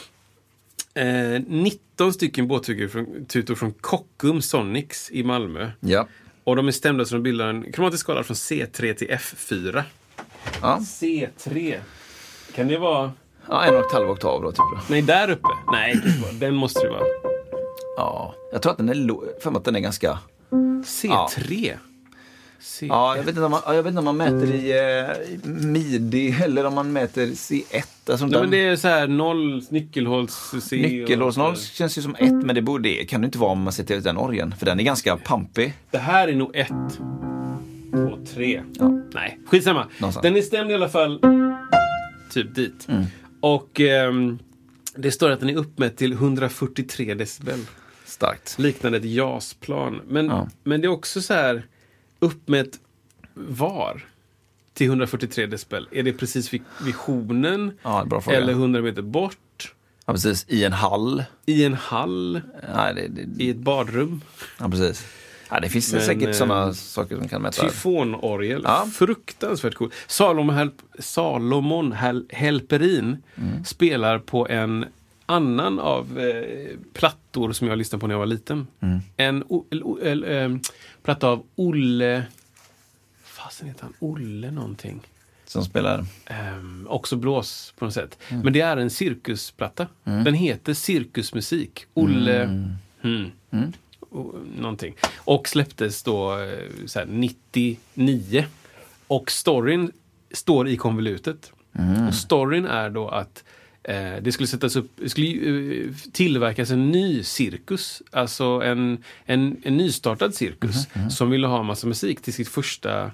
19 stycken båttutor från Kockum Sonics i Malmö. Ja. Och de är stämda så de bildar en kromatisk skala från C3 till F4. Ja. C3. Kan det vara... Ja, 1,5 oktav då, typ. Nej, där uppe. Nej, den måste det vara. Ja, jag tror att den är för att den är ganska... C3? Ja, jag vet inte om man mäter i midi eller om man mäter C1. Alltså, men det är så här 0, nyckelhåls C. Nyckelhåls 0 känns ju som 1, men det kan det inte vara om man sätter ut den orgeln. För den är ganska pampig. Det här är nog 1, 2, 3. Ja. Nej, skitsamma. Någonstans. Den är stämd i alla fall typ dit. Och det står att den är uppmätt till 143 decibel. Starkt. Liknande ett jasplan. Men det är också så här uppmätt var till 143 decibel. Är det precis vid visionen? Ja, bra fråga. Eller 100 meter bort? Ja, precis. I en hall. I en hall? Nej, I ett badrum? Ja, precis. Ja, det finns säkert sådana saker som kan mäta. Tyfonorgel. Ja. Fruktansvärt cool. Salomon Helperin spelar på en annan av plattor som jag lyssnade på när jag var liten. En platta av Olle... Fasen heter han? Olle någonting. Som spelar? Också blås på något sätt. Men det är en cirkusplatta. Den heter Cirkusmusik. Olle... någonting. Och släpptes då så här, 99. Och storyn står i konvolutet. Och storyn är då att det skulle sättas upp, det skulle tillverkas en ny cirkus, alltså en nystartad cirkus som ville ha massa musik till sitt första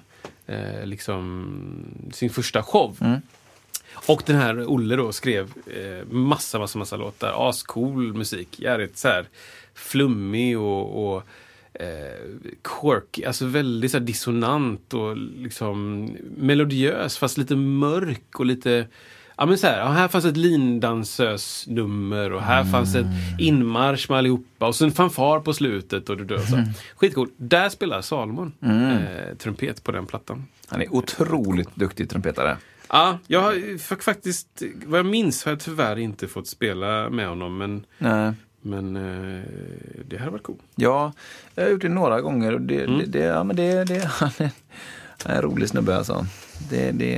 sin första show. Och den här Olle då skrev massa låtar, ascool musik, jävligt så här flummig och quirky, alltså väldigt så här dissonant och liksom melodiös fast lite mörk och lite Ja, men så här fanns ett lindansösnummer och här fanns ett inmarsch med allihopa och så en fanfar på slutet och så. Skitcool. Där spelar Salomon trumpet på den plattan. Han är otroligt duktig trumpetare. Ja, jag har faktiskt, vad jag minns har jag tyvärr inte fått spela med honom, men det hade varit cool. Ja, jag har gjort det några gånger och det han är en rolig snubbe alltså. Det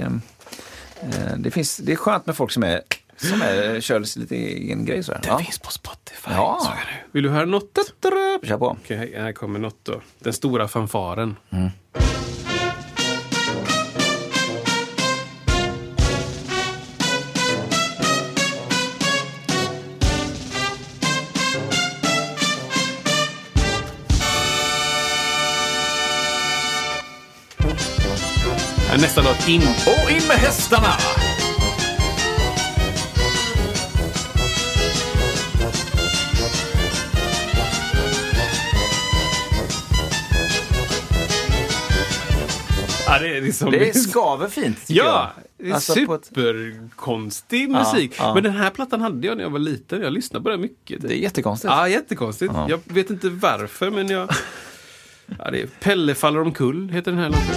är skönt med folk som kör lite egen grej så här. Det finns på Spotify. Ja. Så är det. Vill du höra något? Kör på. Okej, här kommer något då. Den stora fanfaren. Nästa låt in. Och in med hästarna! Ja, det skaver fint. Ja, det är alltså superkonstig musik. Ja. Men den här plattan hade jag när jag var liten. Jag lyssnade på det mycket. Det är jättekonstigt. Ja, jättekonstigt. Ja. Jag vet inte varför, men det är Pelle faller omkull heter den här låten.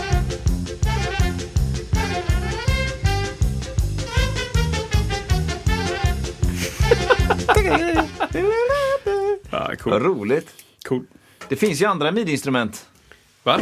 Cool. Vad roligt. Cool. Det finns ju andra midi-instrument. Va?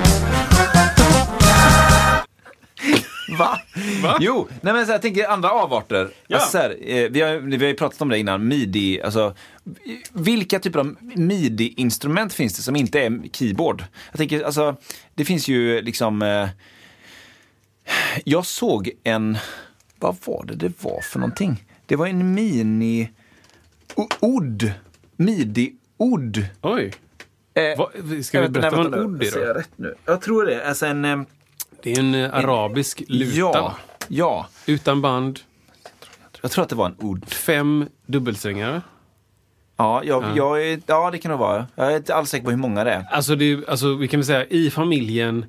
Va? Jo, nej men så jag tänker andra avarter. Ja. Alltså, så här, vi har ju pratat om det innan, midi, alltså vilka typer av midi-instrument finns det som inte är keyboard? Jag tänker, alltså, det finns ju liksom jag såg vad var det var för någonting? Det var en midi-odd. Oj. Ska vi berätta vad en odd är då? Jag tror det. Alltså det är en arabisk luta. Ja. Utan band. Jag tror att det var en odd. 5 dubbelsträngar. Ja, det kan det vara. Jag är inte alls säker på hur många det är. Alltså vi kan väl säga i familjen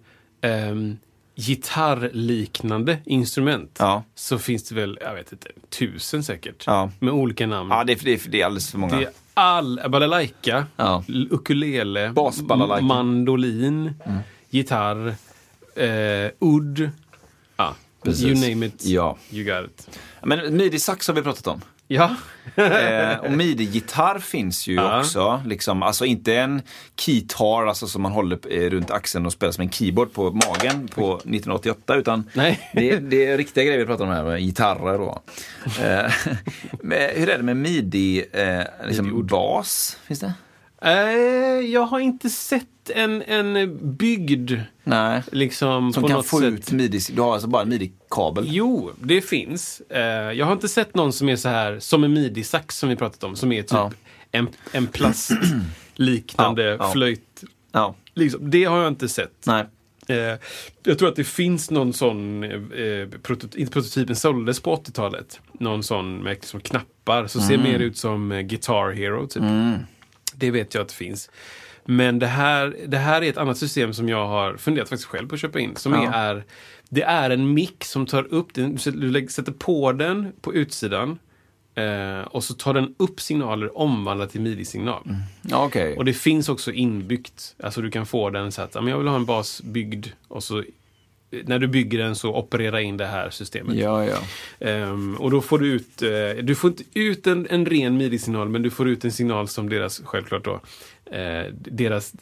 gitarrliknande instrument. Ja. Så finns det väl, jag vet inte, 1000 säkert. Ja. Med olika namn. Ja, det är alldeles för många. Det är balalaika, ukulele, basbalalaika, mandolin, gitarr, udd. Ja, you name it. Ja. You got it. Men midi-sax har vi pratat om. Ja. Och midi-gitarr finns ju också. Liksom, alltså inte en keytar alltså, som man håller runt axeln och spelar som en keyboard på magen på 1988. Utan det är riktiga grejer vi pratar om här. Gitarrer då. Hur är det med midi? Liksom bas? Finns det? Jag har inte sett en byggd. Nej. Liksom, som på kan något få sätt. ut midi. Du har alltså bara en midi-kabel. Jo, det finns. Jag har inte sett någon som är så här som en midi-sax som vi pratat om. Som är typ en plastliknande flöjt. Ja. Liksom, det har jag inte sett. Nej. Jag tror att det finns någon sån prototypen såldes på 80-talet. Någon sån med liksom knappar. Så ser mer ut som Guitar Hero typ. Det vet jag att det finns. Men det här är ett annat system som jag har funderat faktiskt själv på att köpa in. Som det är en mick som tar upp den. Du sätter på den på utsidan. Och så tar den upp signaler omvandlat till midi-signal. Okay. Och det finns också inbyggt. Alltså du kan få den så att jag vill ha en bas byggd. Och så när du bygger den så operera in det här systemet. Och då får du ut du får inte ut en ren midi-signal, men du får ut en signal som deras, självklart då, deras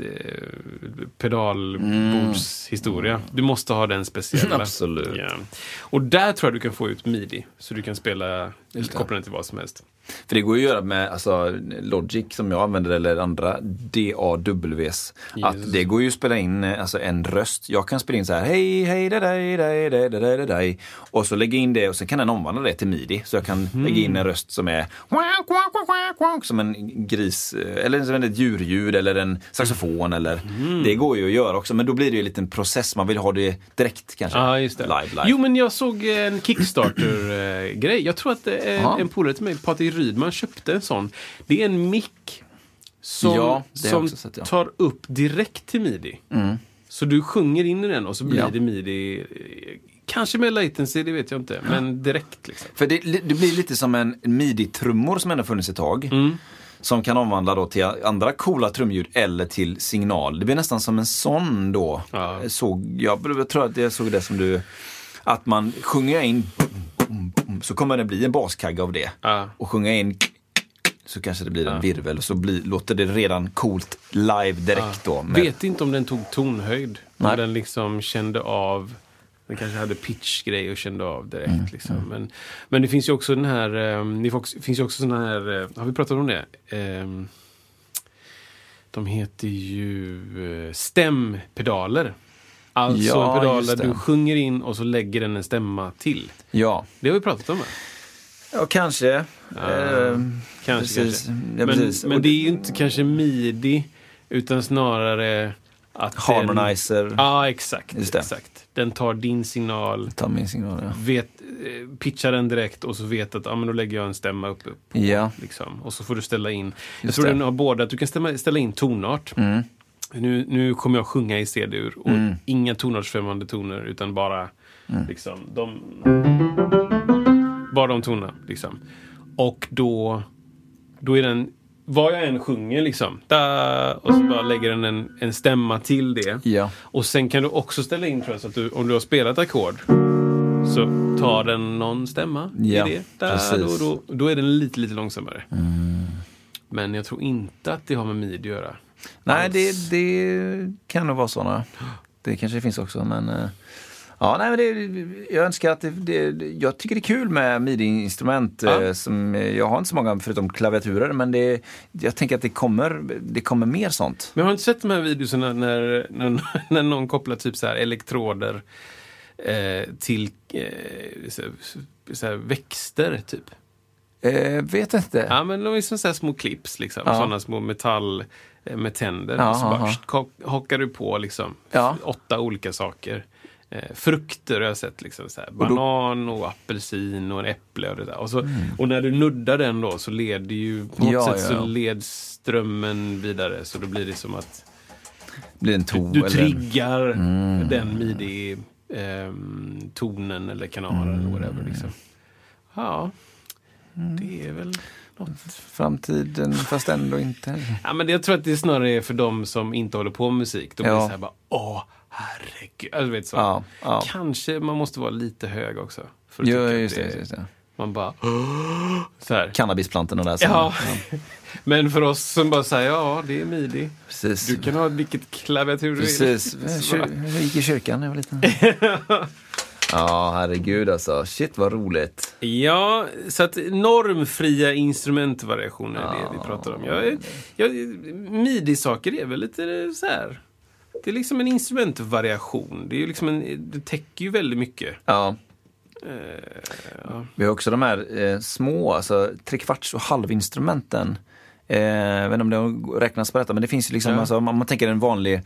pedalbordshistoria. Du måste ha den speciella. Absolut. Yeah. Och där tror jag du kan få ut midi, så du kan spela koppla den till vad som helst. För det går ju att göra med Logic som jag använder eller andra DAWs. Att det går ju att spela in en röst. Jag kan spela in så här hej daj. Och så lägga in det och sen kan den omvandla det till midi. Så jag kan lägga in en röst som är som en gris eller som ett djurljud eller en saxofon eller det går ju att göra också, men då blir det ju en liten process. Man vill ha det direkt kanske. Just det. Live. Jo, men jag såg en Kickstarter-grej. Jag tror att en polare till mig, Patrik Rydman, köpte en sån. Det är en mick som tar upp direkt till midi. Så du sjunger in i den och så blir det midi Kanske med latency, det vet jag inte. Men direkt liksom. För det blir lite som en midi-trummor som ändå funnits ett tag. Som kan omvandla då till andra coola trumljud eller till signal. Det blir nästan som en sån då. Ja. Jag tror att jag såg det som du... Att man sjunger in så kommer det bli en baskagge av det. Och sjunga in så kanske det blir en virvel. Och så låter det redan coolt live direkt då. Vet inte om den tog tonhöjd. Om den liksom kände av... Den kanske hade pitchgrej och kände av direkt. Liksom. Men det finns ju också den här... Det finns ju också såna här... Har vi pratat om det? De heter ju stämpedaler. Alltså en pedal där du sjunger in och så lägger den en stämma till. Ja. Det har vi pratat om här. Ja, kanske. Kanske. Ja, men det är ju inte kanske midi utan snarare att harmonizer. Ja, exakt. Den tar din signal. Tar min signal, ja. Pitchar den direkt och så vet att men då lägger jag en stämma upp på, liksom. Och så får du ställa in. Jag tror den har båda att du kan ställa in tonart. Nu kommer jag sjunga i C-dur och inga tonartsfrämmande toner utan bara liksom bara de tonerna liksom. Och då är den vad jag än sjunger liksom och så bara lägger den en stämma till det. Ja. Och sen kan du också ställa in tror jag, så att om du har spelat ackord så tar den någon stämma i det. Då är den lite långsammare. Men jag tror inte att det har med midi att göra. Nej, det kan nog vara sådana. Det kanske finns också, men... jag önskar att jag tycker det är kul med midi-instrument. Som, jag har inte så många förutom klaviaturer, men jag tänker att det kommer mer sånt. Men har du inte sett de här videorna när någon kopplar typ så här elektroder till så här växter typ? Vet inte. Ja, men de är som så här små clips liksom. Sådana små metall med tänder. Så bara hakar du på liksom 8 olika saker. Frukter har jag sett liksom så här, banan och apelsin och en äpple och det där. Och när du nuddar den då så leder ju på något sätt så leds strömmen vidare, så då blir det som att blir en ton du triggar den midi tonen eller kanalen eller whatever liksom. Ja. Det är väl något. Framtiden fast ändå inte. Ja, men jag tror att det snarare är för dem som inte håller på med musik. De blir så här bara, herregud. Alltså, vet så. Kanske man måste vara lite hög också. För att just det. Man bara, så här. Cannabisplanten och där. Ja. Men för oss som bara säger, det är midi. Precis. Du kan ha vilket klaviatur du vill. Precis. Jag gick i kyrkan när jag var liten. Ja, herregud alltså. Shit, vad roligt. Ja, så att normfria instrumentvariationer är det vi pratar om. Midi-saker är väl lite så här. Det är liksom en instrumentvariation. Det är ju liksom det täcker ju väldigt mycket. Ja. Vi har också de här små, alltså 3/4 och halvinstrumenten. Jag vet inte om det räknas på detta, men det finns ju liksom, alltså, om man tänker en vanlig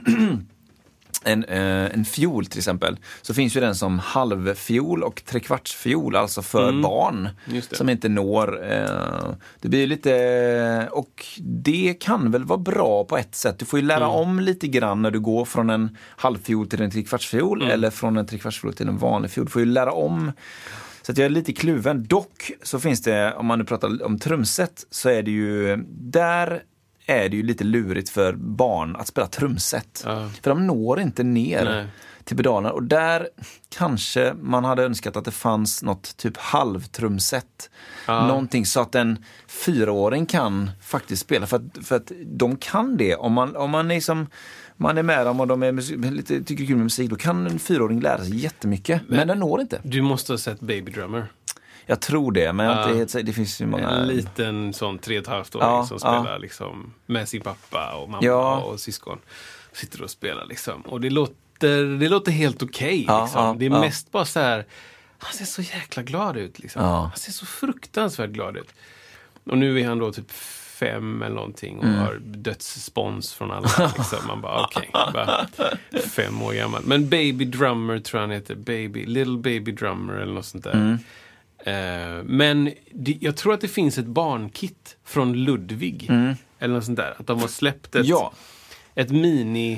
en fiol till exempel, så finns ju den som halvfiol och 3/4 fiol, alltså för barn som inte når. Det blir lite, och det kan väl vara bra på ett sätt. Du får ju lära om lite grann när du går från en halvfiol till en 3/4 fiol eller från en 3/4 fiol till en vanlig fiol. Du får ju lära om. Så att jag är lite kluven. Dock så finns det, om man nu pratar om trumset, så är det ju där är det ju lite lurigt för barn att spela trumset. För de når inte ner till pedalerna. Och där kanske man hade önskat att det fanns något typ halvtrumset. Någonting så att en 4-åring kan faktiskt spela. För att de kan det. Om man liksom, man är med dem och de är lite, tycker kul med musik, då kan en 4-åring lära sig jättemycket. Men den når inte. Du måste ha sett Baby Drummer. Jag tror det, men jag inte helt, det finns ju många... En liten sån 3,5-åring som spelar liksom med sin pappa och mamma och syskon. Sitter och spelar liksom. Och det låter helt okej. Liksom. Det är mest bara så här, han ser så jäkla glad ut liksom. Han ser så fruktansvärt glad ut. Och nu är han då typ 5 eller någonting och har dödsspons från alla. Liksom. Man bara, okej. 5 år gammal. Men Baby Drummer tror jag han heter. Little Baby Drummer eller något sånt där. Men jag tror att det finns ett barnkit från Ludwig eller något sånt där, att de har släppt ett mini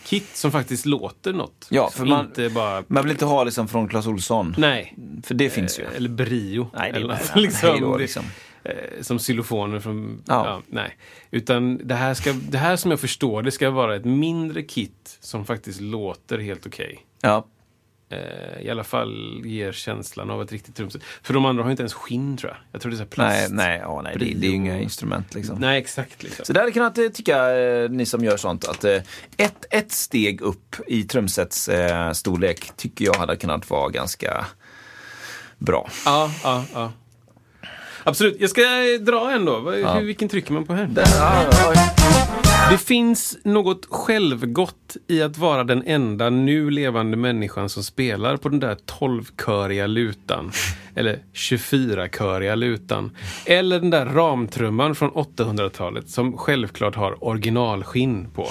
kit som faktiskt låter något. Ja, för man vill inte ha liksom från Clas Ohlson. Nej. För det finns ju. Eller Brio. Nej, det är liksom. Som xylofoner från... nej. Utan det här som jag förstår, det ska vara ett mindre kit som faktiskt låter helt okej. Ja. I alla fall ger känslan av ett riktigt trumset. För de andra har inte ens skinn, tror jag. Jag tror det är så här plast. Nej, det är ju inga instrument liksom. Nej, exakt liksom. Så där hade kunnat tycka, ni som gör sånt, att ett steg upp i trumsets storlek tycker jag hade kunnat vara ganska bra. Ja. Absolut. Jag ska dra en då. Vilken trycker man på här? Det finns något självgott i att vara den enda nu levande människan som spelar på den där 12-köriga lutan. Eller 24-köriga lutan. Eller den där ramtrumman från 800-talet som självklart har originalskinn på.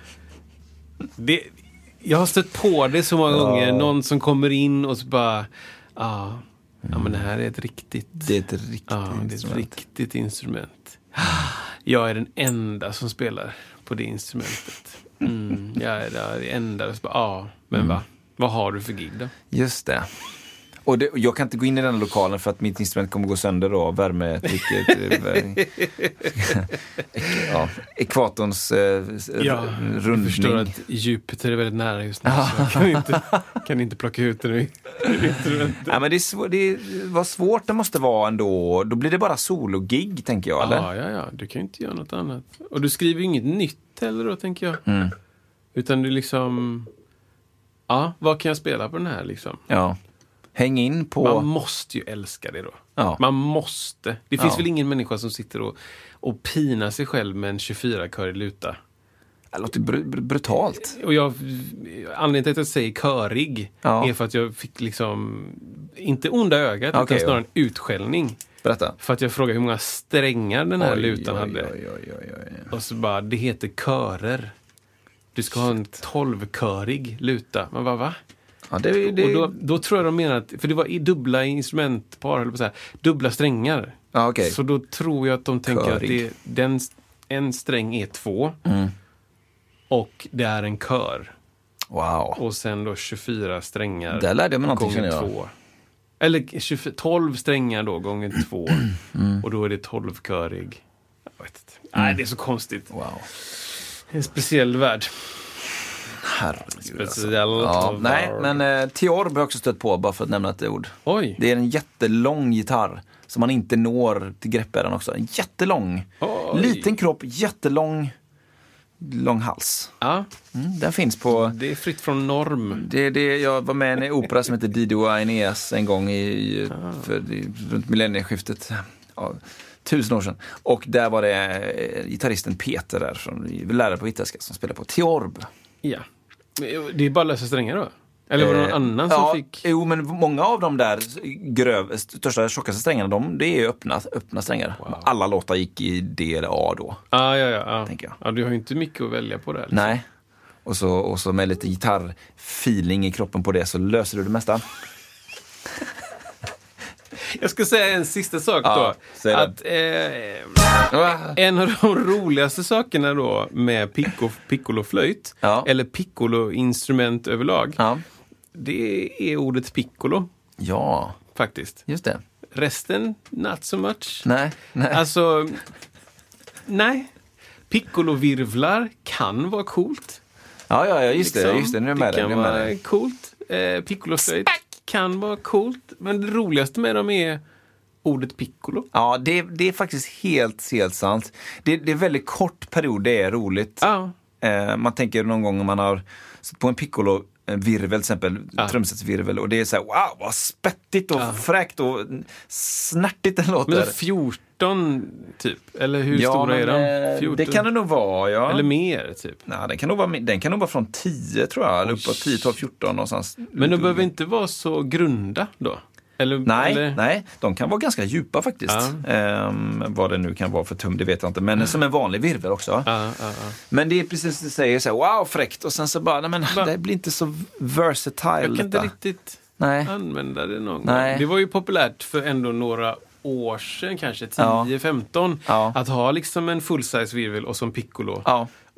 Jag har stött på det så många gånger. Någon som kommer in och så bara... Ja, men det här är ett riktigt... Det är ett riktigt instrument. Det är ett riktigt instrument. Jag är den enda som spelar på det instrumentet. Jag är det enda. Men vad har du för gig då? Just det. Och jag kan inte gå in i den lokalen för att mitt instrument kommer gå sönder då. Värmetrycket. Ekvatorns rundning. Jag förstår att Jupiter är väldigt nära just nu. Så jag kan inte plocka ut det nu. Ja, men vad svårt det måste vara ändå. Då blir det bara sologig, tänker jag. Eller? Ja. Du kan ju inte göra något annat. Och du skriver ju inget nytt heller då, tänker jag. Utan du liksom... Ja, vad kan jag spela på den här liksom? Ja. Häng in på... Man måste ju älska det då. Ja. Man måste. Det finns väl ingen människa som sitter och pinar sig själv med en 24-körig luta. Det låter brutalt. Och anledningen till att jag säger körig är för att jag fick liksom inte onda ögat utan snarare en utskällning. Berätta. För att jag frågade hur många strängar den här lutan hade. Och så bara, det heter körer. Du ska ha en 12-körig luta. Man bara, va? Ja, och då tror jag de menar att, för det var i dubbla instrumentpar, eller på så här, dubbla strängar. Ja, okay. Så då tror jag att de tänker att en sträng är 2 och det är en kör. Wow. Och sen då 24 strängar. Där lärde jag mig någonting, gånger 2. Eller 12 strängar då gånger 2 och då är det 12-körig. Jag vet inte. Nej, det är så konstigt. Wow. En speciell värld. Speciell. Nej, men Theorb har också stött på, bara för att nämna ett ord. Oj. Det är en jättelång gitarr som man inte når till greppbrädan också. En jättelång. Liten kropp, jättelång hals. Ja. Den finns på... Det är fritt från norm. Jag var med i en opera som heter Dido Aeneas en gång runt millennieskiftet. 1000 år sedan. Och där var det gitarristen Peter där, lärare på Vittelska, som spelade på Theorb. Ja. Det är bara lösa strängar då? Eller var det någon annan som fick... Jo, men många av de där största, tjockaste strängarna, det är öppna strängar. Wow. Alla låtar gick i D eller A då. Ja. Tänker jag. Ja, du har ju inte mycket att välja på där. Liksom. Nej. Och så med lite gitarrfeeling i kroppen på det så löser du det mesta. Jag ska säga en sista sak då. Att en av de roligaste sakerna då med piccoloflöjt eller piccolo-instrument överlag, det är ordet piccolo. Ja. Faktiskt. Just det. Resten, not so much. Nej. Alltså, nej. Piccolo-virvlar kan vara coolt. Ja, just det. Nu är med det kan vara coolt. Piccoloflöjt kan vara coolt, men det roligaste med dem är ordet piccolo. Ja, det är faktiskt helt sant. Det är väldigt kort period, det är roligt. Ja. Man tänker någon gång om man har satt på en piccolo virvel, till exempel trumsetsvirvel, och det är så här, wow, vad spettigt och fräckt och snärtigt den låter. Men 14 typ, eller hur stora är de? 14? Det kan det nog vara, ja. Eller mer typ. Nej, den kan nog vara från 10 tror jag, eller uppåt 10, 12, 14 någonstans. Men de behöver inte vara så grunda då? Nej, de kan vara ganska djupa faktiskt. Vad det nu kan vara för tum, det vet jag inte. Men som en vanlig virvel också. Men det är precis som du säger, så här, wow, fräckt. Och sen så bara, det blir inte så versatile. Jag kan inte riktigt använda det någon gång. Det var ju populärt för ändå några år sedan, kanske 10-15, att ha liksom en full-size virvel och som piccolo.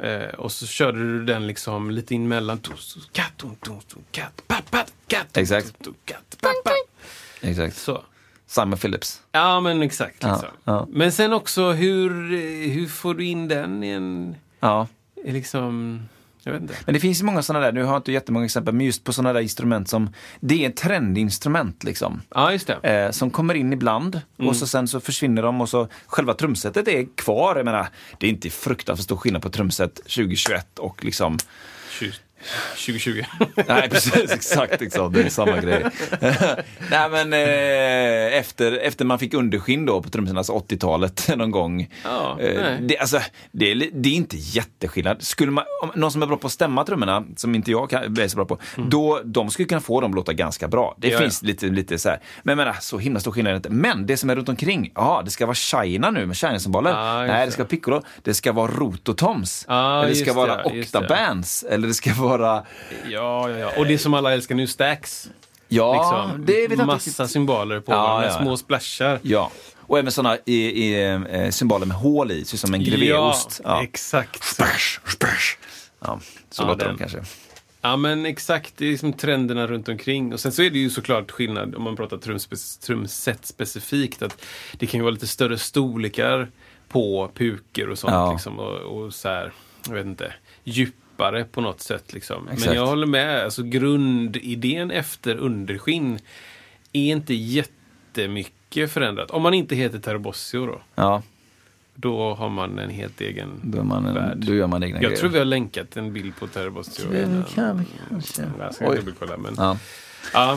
Och så körde du den liksom lite in mellan katt, katt. Exakt. Exakt. Så. Simon Phillips. Ja, men exakt. Liksom. Ja. Men sen också, hur får du in den i en... Ja. Liksom... Jag vet inte. Men det finns ju många sådana där, nu har jag inte jättemånga exempel, men just på sådana där instrument som, det är ett trendinstrument liksom. Ja, just det. Som kommer in ibland och så sen så försvinner de och så själva trumsetet är kvar. Jag menar, det är inte fruktansvärt stor skillnad på trumset 2021 och liksom 2020. Nej, precis, exakt. Det är samma grej. Nej, men efter man fick underskinn då på trummorna, alltså 80-talet någon gång. Ja, det är inte jätteskillnad. Skulle man, någon som är bra på att stämma trummorna, som inte jag är så bra på, då de skulle kunna få dem att låta ganska bra. Det finns lite så här. Men jag menar, så himla stor skillnad är inte. Men det som är runt omkring, det ska vara China nu med China-symboler. Nej, det ska vara piccolo. Det ska vara rototoms. Eller det ska vara octabands. Eller det ska vara... Ja. Och det som alla älskar nu, stacks. Ja, liksom, det vet jag massa symboler på med små splashar. Ja, och även sådana symboler med hål i, så som en grevéost. Ja, exakt. Splash. Ja, så låter de kanske. Ja, men exakt, det är liksom trenderna runt omkring. Och sen så är det ju såklart skillnad om man pratar trumset specifikt, att det kan ju vara lite större storlekar på puker och sånt liksom, och så här, jag vet inte, djupare på något sätt liksom. Exakt. Men jag håller med, alltså grundidén efter underskinn är inte jättemycket förändrat. Om man inte heter Terbossio då. Ja. Då har man en helt egen värld. Då gör man egna grejer. Jag tror vi har länkat en bild på Terbossio. Det kan vi kanske. Jag ska dubbelkolla, men... Ja.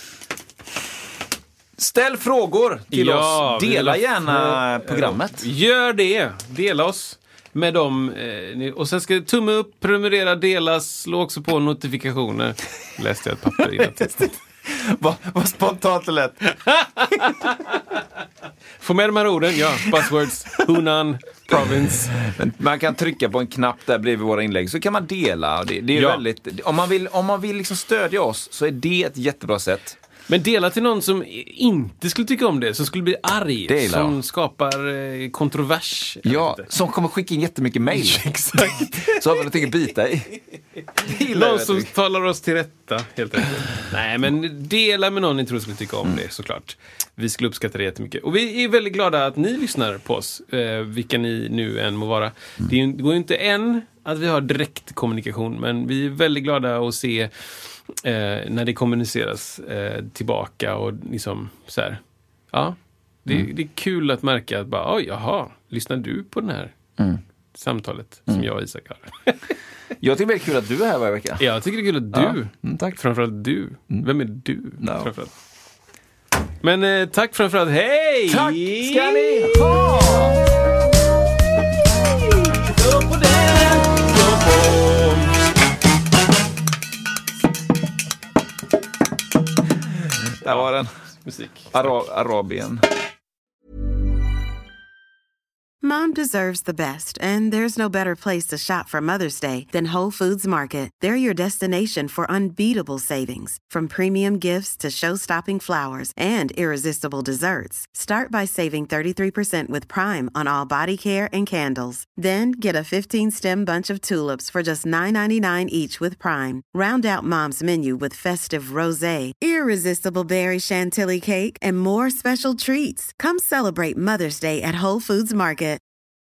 Ställ frågor till oss. Dela gärna programmet. Gör det. Dela oss med dem. Och sen ska det tumme upp, prenumerera, delas, slå också på notifikationer. Läste jag ett papper innan. Vad spontant och lätt. Få med de här orden, buzzwords, Hunan, province. Men man kan trycka på en knapp där bredvid våra inlägg, så kan man dela. Det är väldigt, om man vill liksom stödja oss, så är det ett jättebra sätt. Men dela till någon som inte skulle tycka om det, som skulle bli arg, som skapar kontrovers. Ja, som kommer skicka in jättemycket mejl. Exakt. Så har vi någonting att bita i. Någon som talar oss till rätta, helt enkelt. Nej, men dela med någon ni tror skulle tycka om det, såklart. Vi skulle uppskatta det jättemycket. Och vi är väldigt glada att ni lyssnar på oss, vilka ni nu än må vara. Det går ju inte än att vi har direkt kommunikation, men vi är väldigt glada att se när det kommuniceras tillbaka och liksom så här. Ja, det är kul att märka att bara, jaha, lyssnar du på den här samtalet som jag och Isak har? Jag tycker det är kul att du är här varje vecka. Jag tycker det är kul att du. Tack. Framförallt du. Vem är du? Framförallt. Men tack framförallt. Hej! Tack ska ni ha! Gå på den! Gå på! Där var den. Musik. Arabien. Mom deserves the best, and there's no better place to shop for Mother's Day than Whole Foods Market. They're your destination for unbeatable savings, from premium gifts to show-stopping flowers and irresistible desserts. Start by saving 33% with Prime on all body care and candles. Then get a 15-stem bunch of tulips for just $9.99 each with Prime. Round out Mom's menu with festive rosé, irresistible berry chantilly cake, and more special treats. Come celebrate Mother's Day at Whole Foods Market.